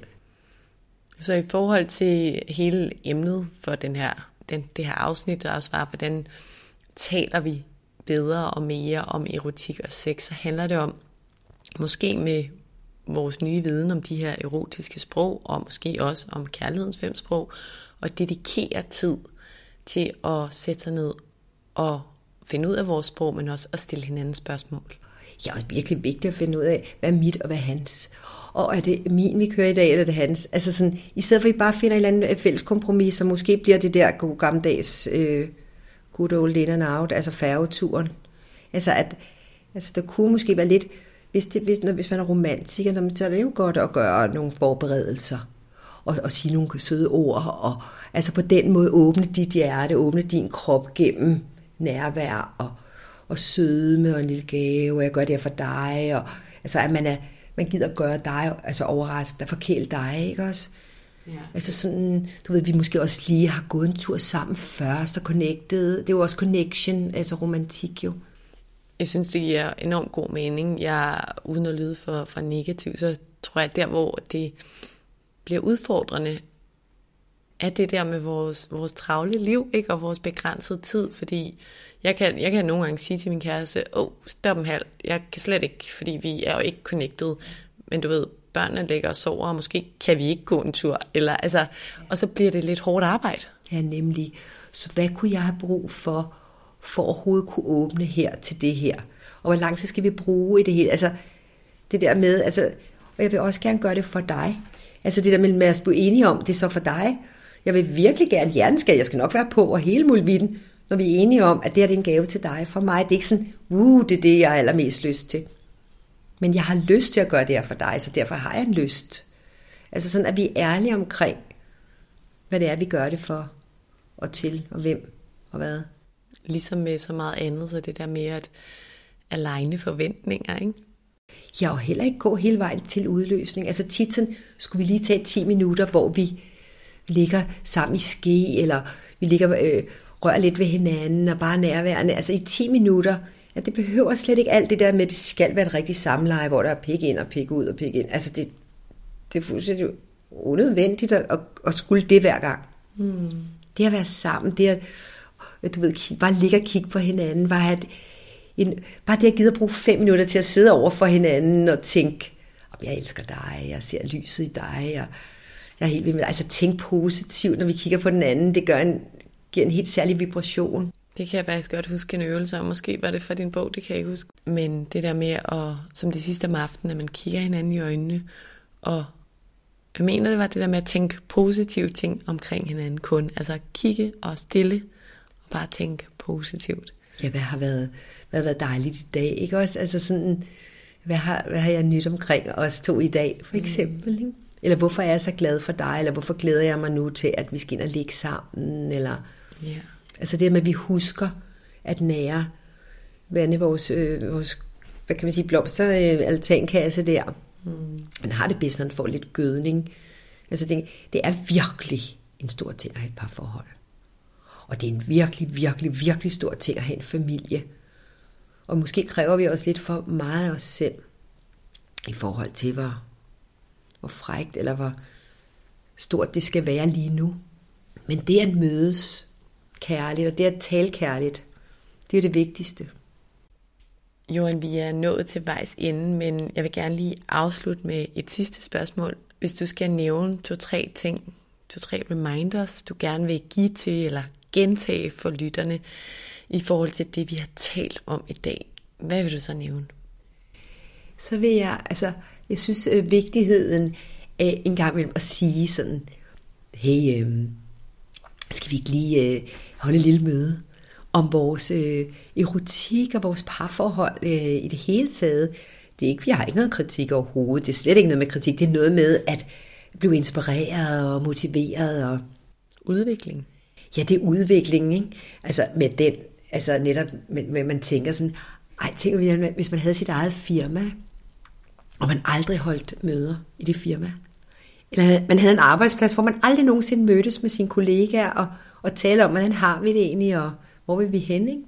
Så i forhold til hele emnet for det her afsnit, der også var, hvordan taler vi bedre og mere om erotik og sex, så handler det om, måske med vores nye viden om de her erotiske sprog, og måske også om kærlighedens 5 sprog, og dedikere tid til at sætte sig ned og finde ud af vores sprog, men også at stille hinanden spørgsmål. Ja, det er virkelig vigtigt at finde ud af, hvad er mit og hvad er hans. Og er det min, vi kører i dag, eller er det hans? Altså sådan, i stedet for at vi bare finder et eller andet fælles kompromis, så måske bliver det der god gammeldags good old in and out, altså færgeturen. Altså der kunne måske være lidt, hvis man er romantiker, så er det jo godt at gøre nogle forberedelser, og sige nogle søde ord, og altså på den måde åbne dit hjerte, åbne din krop gennem nærvær, og sødme og en lille gave, og jeg gør det her for dig, og altså at man gider at gøre dig, altså overraske, forkæle dig, ikke også? Ja. Altså sådan, du ved, vi måske også lige har gået en tur sammen først, og connected, det er jo også connection, altså romantik jo. Jeg synes, det giver enormt god mening. Uden at lyde for negativ, så tror jeg, at der, hvor det bliver udfordrende, er det der med vores travle liv, ikke? Og vores begrænsede tid, fordi jeg kan nogle gange sige til min kæreste, stop en halv, jeg kan slet ikke, fordi vi er jo ikke connected, men du ved, børnene ligger og sover, og måske kan vi ikke gå en tur, eller altså, og så bliver det lidt hårdt arbejde. Ja, nemlig. Så hvad kunne jeg have brug for overhovedet kunne åbne her til det her? Og hvor lang tid skal vi bruge i det hele? Altså, det der med, altså, og jeg vil også gerne gøre det for dig. Altså det der med at blive enige om, det er så for dig. Jeg vil virkelig gerne, jeg skal nok være på, og hele muligheden, når vi er enige om, at det her er en gave til dig. For mig det er ikke sådan, det er det, jeg har allermest lyst til. Men jeg har lyst til at gøre det her for dig, så derfor har jeg en lyst. Altså sådan, at vi er ærlige omkring, hvad det er, vi gør det for, og til, og hvem, og hvad. Ligesom med så meget andet, så det der med at aligne forventninger, ikke? Ja, og heller ikke gå hele vejen til udløsning. Altså tit sådan, skulle vi lige tage 10 minutter, hvor vi ligger sammen i ske, eller vi ligger rører lidt ved hinanden, og bare nærværende. Altså i 10 minutter, at det behøver slet ikke alt det der med, at det skal være et rigtigt samleje, hvor der er pik ind og pik ud og pik ind. Altså det er fuldstændig unødvendigt at skulle det hver gang. Det at være sammen, det at, du ved, bare ligge og kigge på hinanden, bare det at gide at bruge 5 minutter til at sidde over for hinanden og tænke, jeg elsker dig, jeg ser lyset i dig, og jeg er helt vild med dig. Altså tænk positivt, når vi kigger på den anden, det giver en helt særlig vibration. Det kan jeg faktisk godt huske en øvelse om. Måske var det fra din bog, det kan jeg ikke huske. Men det der med, som det sidste om aftenen, at man kigger hinanden i øjnene, og jeg mener, det var det der med at tænke positive ting omkring hinanden kun. Altså kigge og stille, og bare tænke positivt. Ja, hvad har været dejligt i dag, ikke også? Altså sådan, hvad har jeg nyt omkring os to i dag, for eksempel, ikke? Eller hvorfor er jeg så glad for dig, eller hvorfor glæder jeg mig nu til, at vi skal ind og ligge sammen, eller... Yeah. Altså det med, at vi husker at nære vores hvad kan man sige, blomster, altankasse der. Man har det bedst, når man får lidt gødning. Altså det er virkelig en stor ting at have et parforhold. Og det er en virkelig, virkelig, virkelig stor ting at have en familie. Og måske kræver vi også lidt for meget af os selv, i forhold til, hvor frækt eller hvor stort det skal være lige nu. Men det at mødes kærligt, og det at tale kærligt, det er det vigtigste. Joan, vi er nået til vejs ende, men jeg vil gerne lige afslutte med et sidste spørgsmål. Hvis du skal nævne 2-3 ting, 2-3 reminders, du gerne vil give til eller gentage for lytterne i forhold til det, vi har talt om i dag, hvad vil du så nævne? Så vil jeg synes vigtigheden af en gang imellem at sige sådan, hey, skal vi ikke lige holde et lille møde om vores erotik og vores parforhold i det hele taget. Det er ikke, jeg har ikke noget kritik overhovedet, det er slet ikke noget med kritik, det er noget med at blive inspireret og motiveret. Og udvikling. Ja, det er udviklingen, ikke? Altså med den, altså netop, med man tænker sådan, tænk hvis man havde sit eget firma, og man aldrig holdt møder i det firma. Eller man havde en arbejdsplads, hvor man aldrig nogensinde mødtes med sine kollegaer og tale om, hvordan har vi det egentlig, og hvor vil vi hen, ikke?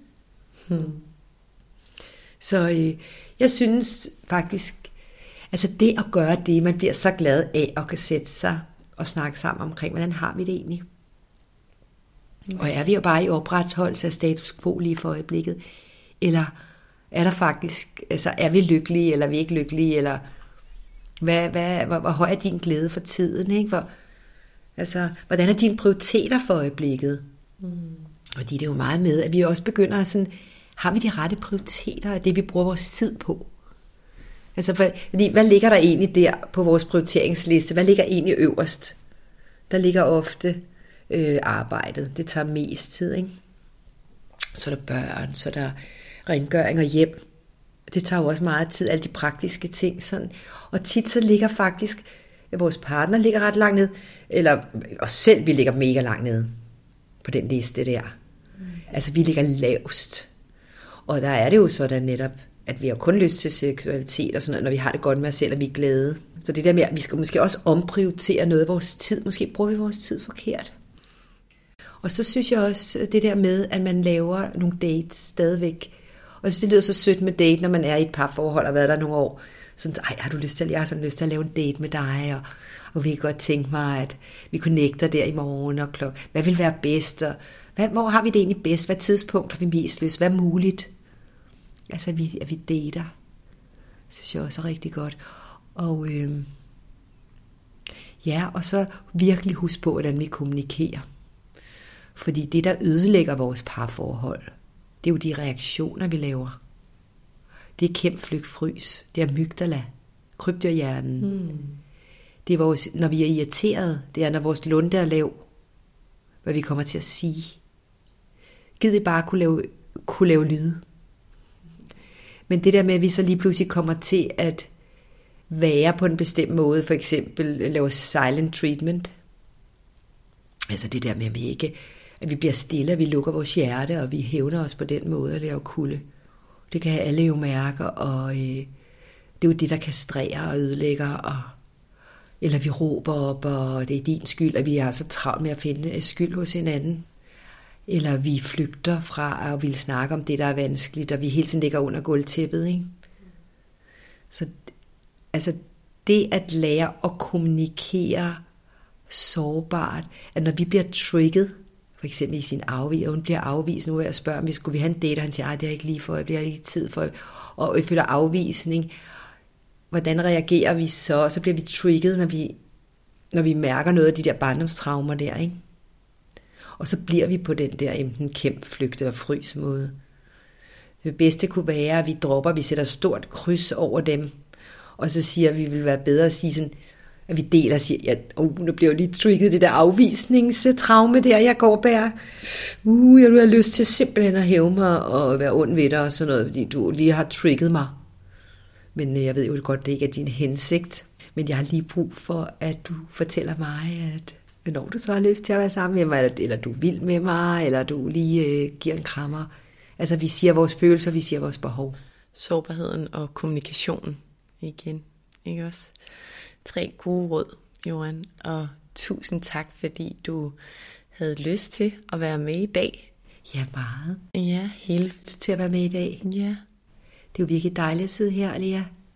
Så jeg synes faktisk, altså det at gøre det, man bliver så glad af at kan sætte sig og snakke sammen omkring, hvordan har vi det egentlig? Og er vi jo bare i opretholdelse af status quo lige for øjeblikket? Eller er der faktisk, altså er vi lykkelige, eller er vi ikke lykkelige, eller hvor høj er din glæde for tiden, ikke? Hvordan er dine prioriteter for øjeblikket? Fordi det er jo meget med, at vi også begynder at sådan, har vi de rette prioriteter af det, vi bruger vores tid på? Altså, fordi hvad ligger der egentlig der på vores prioriteringsliste? Hvad ligger egentlig øverst? Der ligger ofte arbejdet. Det tager mest tid, ikke? Så er der børn, så er der rengøring og hjem. Det tager jo også meget tid, alle de praktiske ting. Sådan. Og tit så ligger faktisk, at vores partner ligger ret langt ned, eller os selv, vi ligger mega langt ned på den liste der. Altså, vi ligger lavest. Og der er det jo sådan netop, at vi har kun lyst til seksualitet og sådan noget, når vi har det godt med os selv, og vi er glade. Så det der med, at vi skal måske også omprioritere noget af vores tid. Måske bruger vi vores tid forkert. Og så synes jeg også, det der med, at man laver nogle dates stadigvæk. Og jeg synes, det lyder så sødt med date, når man er i et parforhold og har været der nogle år. Sådan, har du lyst til, jeg har sådan lyst til at lave en date med dig, og vi kan godt tænke mig, at vi connecter der i morgen, og hvad vil være bedst, og hvor har vi det egentlig bedst, hvad tidspunkt har vi mest lyst, hvad er muligt? Altså, at vi dater, synes jeg også er rigtig godt. Og og så virkelig huske på, hvordan vi kommunikerer. Fordi det, der ødelægger vores parforhold, det er jo de reaktioner, vi laver. Det er kæmp, flygt, frys. Det er amygdala, krybdyrhjernen. Det er vores, når vi er irriteret, det er, når vores lunde er lav, hvad vi kommer til at sige. Gid vi bare kunne lave lyde. Men det der med, at vi så lige pludselig kommer til at være på en bestemt måde, for eksempel lave silent treatment. Altså det der med, at vi bliver stille, og vi lukker vores hjerte, og vi hævner os på den måde og laver kulde. Det kan alle jo mærke, og det er jo det, der kastrerer og ødelægger, eller vi råber op, og det er din skyld, at vi er så travlt med at finde skyld hos hinanden. Eller vi flygter fra at ville snakke om det, der er vanskeligt, og vi hele tiden ligger under gulvtæppet, ikke? Så altså det at lære at kommunikere sårbart, at når vi bliver trigget, for eksempel i sin afvis, og hun bliver afvist, nu er jeg at spørge, om skulle vi have en date, og han siger, det er ikke lige for, jeg bliver ikke tid for, og vi føler afvisning. Hvordan reagerer vi så? Og så bliver vi trigget, når vi mærker noget af de der barndomstraumer der, ikke? Og så bliver vi på den der enten kæmpe, flygte og frys måde. Det bedste kunne være, at vi sætter stort kryds over dem, og så siger vi vil være bedre at sige sådan, at vi deler og siger, nu bliver jeg lige trigget det der afvisningstraume der, jeg går bære. Jeg har lyst til simpelthen at hæve mig og være ond ved dig og sådan noget, fordi du lige har trigget mig. Men jeg ved jo godt, det ikke er din hensigt. Men jeg har lige brug for, at du fortæller mig, at når du så har lyst til at være sammen med mig, eller du vil med mig, eller du lige giver en krammer. Altså vi siger vores følelser, vi siger vores behov. Sårbarheden og kommunikationen igen, ikke også? 3 gode råd, Joan, og tusind tak, fordi du havde lyst til at være med i dag. Ja, meget. Ja, helt til at være med i dag. Ja. Det er jo virkelig dejligt at sidde her, Lea.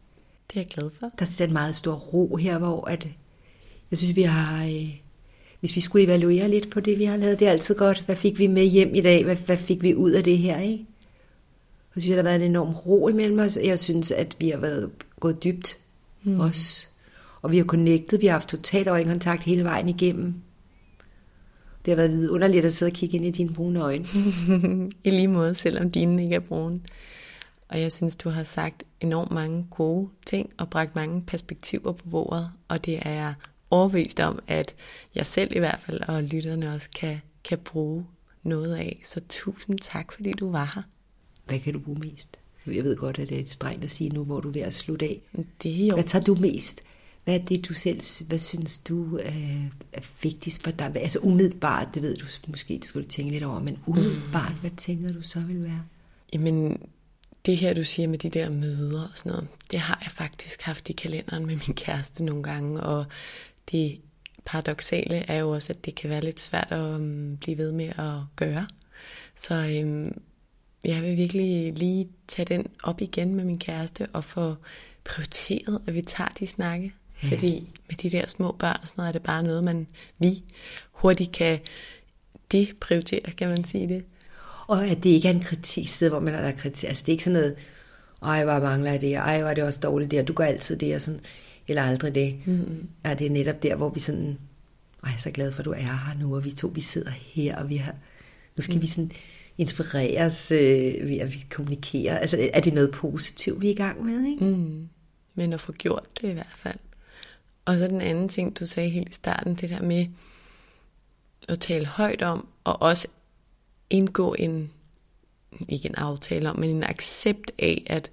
Det er jeg glad for. Der er en meget stor ro her, hvor at, jeg synes, vi har... Hvis vi skulle evaluere lidt på det, vi har lavet, det er altid godt. Hvad fik vi med hjem i dag? Hvad fik vi ud af det her, ikke? Jeg synes, der har været en enorm ro imellem os. Jeg synes, at vi har været gået dybt også. Og vi har connectet. Vi har haft totalt øjenkontakt hele vejen igennem. Det har været vidunderligt at sidde og kigge ind i dine brune øjne. I lige måde, selvom dine ikke er brune. Og jeg synes, du har sagt enormt mange gode ting og bragt mange perspektiver på bordet. Og det er jeg overbevist om, at jeg selv i hvert fald og lytterne også kan bruge noget af. Så tusind tak, fordi du var her. Hvad kan du bruge mest? Jeg ved godt, at det er strengt at sige nu, hvor du er ved at slutte af. Det er jo. Hvad tager du mest? Hvad er det, du selv, hvad synes du er vigtigst for dig? Altså umiddelbart, det ved du måske, det skulle du tænke lidt over, men umiddelbart, hvad tænker du så vil være? Jamen, det her, du siger med de der møder og sådan noget, det har jeg faktisk haft i kalenderen med min kæreste nogle gange, og det paradoksale er jo også, at det kan være lidt svært at blive ved med at gøre. Så jeg vil virkelig lige tage den op igen med min kæreste og få prioriteret, at vi tager de snakke. Ja. Fordi med de der små børn og sådan noget, er det bare noget, vi hurtigt kan deprioritere, kan man sige det. Og at det ikke er en kritik sted, hvor man er kritik. Altså det er ikke sådan noget, ej, hvor mangler jeg det, ej, hvor er det også dårligt det, og du gør altid det, og sådan, eller aldrig det. Ja, det er netop der, hvor vi sådan, ej, jeg er så glad for, at du er her nu, og vi sidder her, og nu skal vi sådan inspireres ved at vi kommunikerer. Altså er det noget positivt, vi er i gang med, ikke? Men at få gjort det i hvert fald. Og så den anden ting, du sagde helt i starten, det der med at tale højt om, og også indgå ikke en aftale om, men en accept af, at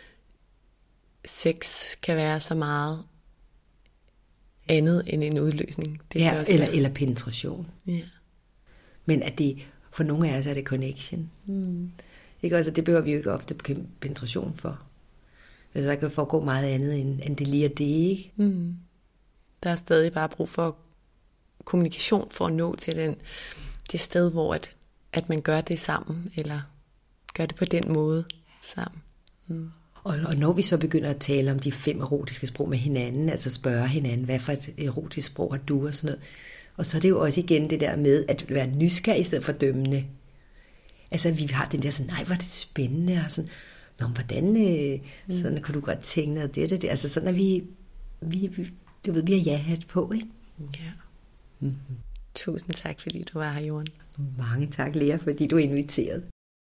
sex kan være så meget andet end en udløsning. Det ja, eller penetration. Ja. Men at det, for nogle af os er det connection. Ikke? Altså, det behøver vi jo ikke ofte penetration for. Altså, der kan foregå meget andet end det lige er det, ikke? Der er stadig bare brug for kommunikation for at nå til det sted, hvor at man gør det sammen, eller gør det på den måde sammen. Og når vi så begynder at tale om de 5 erotiske sprog med hinanden, altså spørge hinanden, hvad for et erotisk sprog har du og sådan noget. Og så er det jo også igen det der med at være nysgerrig i stedet for dømmende. Altså vi har den der sådan, nej, hvor er det spændende, og sådan, nå, hvordan sådan kunne du godt tænke noget det. Altså sådan, at vi har ja-hat på, ikke? Ja. Tusind tak, fordi du var her, Jorden. Mange tak, Lea, fordi du er inviteret.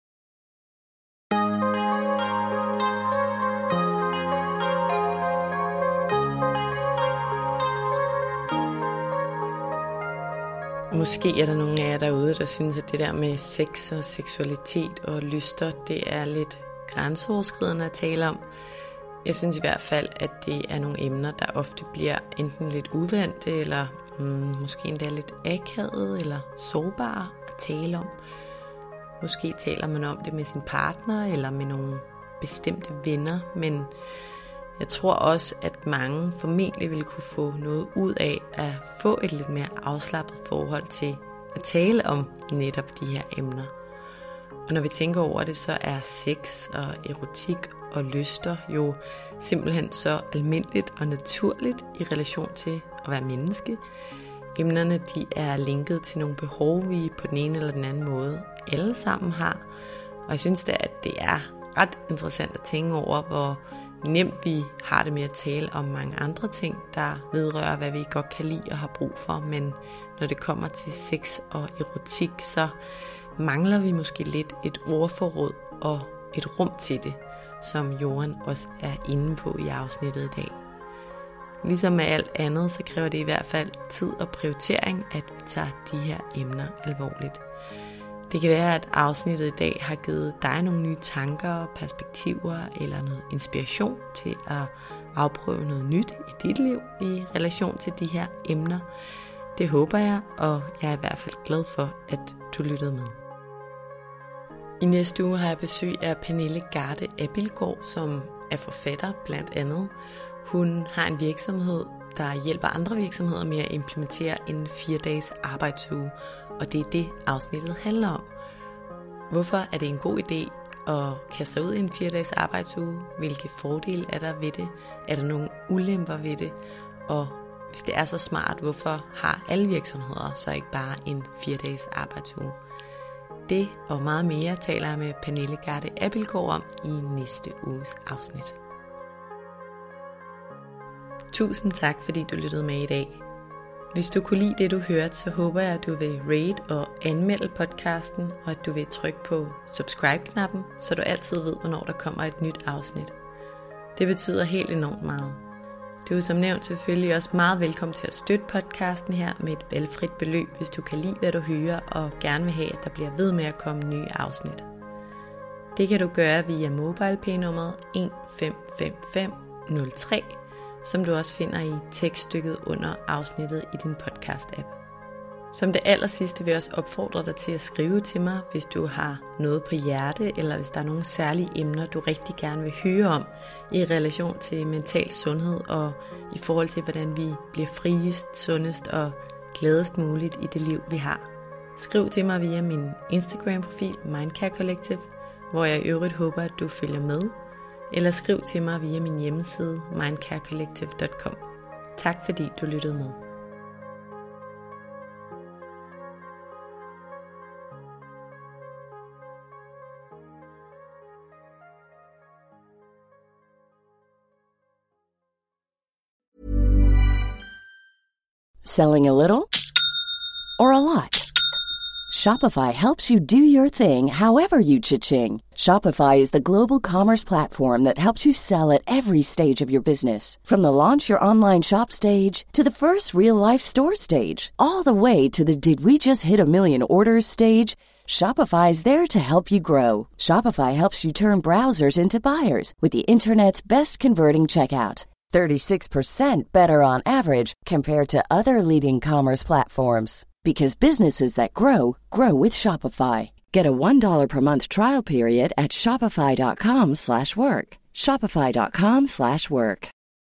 Måske er der nogle af jer derude, der synes, at det der med sex og seksualitet og lyster, det er lidt grænseoverskridende at tale om. Jeg synes i hvert fald, at det er nogle emner, der ofte bliver enten lidt uvante, eller måske endda lidt akavet eller sårbare at tale om. Måske taler man om det med sin partner eller med nogle bestemte venner, men jeg tror også, at mange formentlig vil kunne få noget ud af at få et lidt mere afslappet forhold til at tale om netop de her emner. Og når vi tænker over det, så er sex og erotik og lyster jo simpelthen så almindeligt og naturligt i relation til at være menneske. Emnerne de er linket til nogle behov, vi på den ene eller den anden måde alle sammen har. Og jeg synes da, at det er ret interessant at tænke over, hvor nemt vi har det med at tale om mange andre ting, der vedrører, hvad vi godt kan lide og har brug for. Men når det kommer til sex og erotik, så mangler vi måske lidt et ordforråd og et rum til det, som Jorden også er inde på i afsnittet i dag. Ligesom med alt andet, så kræver det i hvert fald tid og prioritering, at vi tager de her emner alvorligt. Det kan være, at afsnittet i dag har givet dig nogle nye tanker, perspektiver eller noget inspiration til at afprøve noget nyt i dit liv i relation til de her emner. Det håber jeg, og jeg er i hvert fald glad for, at du lyttede med. I næste uge har jeg besøg af Pernille Garde Abildgaard, som er forfatter blandt andet. Hun har en virksomhed, der hjælper andre virksomheder med at implementere en 4-dages arbejdsuge, og det er det afsnittet handler om. Hvorfor er det en god idé at kaste sig ud i en 4-dages arbejdsuge? Hvilke fordele er der ved det? Er der nogle ulemper ved det? Og hvis det er så smart, hvorfor har alle virksomheder så ikke bare en 4-dages arbejdsuge? Det og meget mere taler jeg med Pernille Garde Abildgaard om i næste uges afsnit. Tusind tak, fordi du lyttede med i dag. Hvis du kunne lide det, du hørte, så håber jeg, at du vil rate og anmelde podcasten, og at du vil trykke på subscribe-knappen, så du altid ved, hvornår der kommer et nyt afsnit. Det betyder helt enormt meget. Du er som nævnt selvfølgelig også meget velkommen til at støtte podcasten her med et valgfrit beløb, hvis du kan lide, hvad du hører, og gerne vil have, at der bliver ved med at komme nye afsnit. Det kan du gøre via MobilePay-nummeret 155503, som du også finder i tekststykket under afsnittet i din podcast-app. Som det allersidste vil jeg også opfordre dig til at skrive til mig, hvis du har noget på hjerte, eller hvis der er nogle særlige emner, du rigtig gerne vil høre om i relation til mental sundhed og i forhold til, hvordan vi bliver friest, sundest og gladest muligt i det liv, vi har. Skriv til mig via min Instagram-profil Mindcare Collective, hvor jeg i øvrigt håber, at du følger med, eller skriv til mig via min hjemmeside mindcarecollective.com. Tak fordi du lyttede med. Selling a little or a lot? Shopify helps you do your thing however you cha-ching. Shopify is the global commerce platform that helps you sell at every stage of your business. From the launch your online shop stage to the first real-life store stage, all the way to the did we just hit a million orders stage. Shopify is there to help you grow. Shopify helps you turn browsers into buyers with the internet's best converting checkout. 36% better on average compared to other leading commerce platforms. Because businesses that grow, grow with Shopify. Get a $1 per month trial period at shopify.com/work. Shopify.com/work.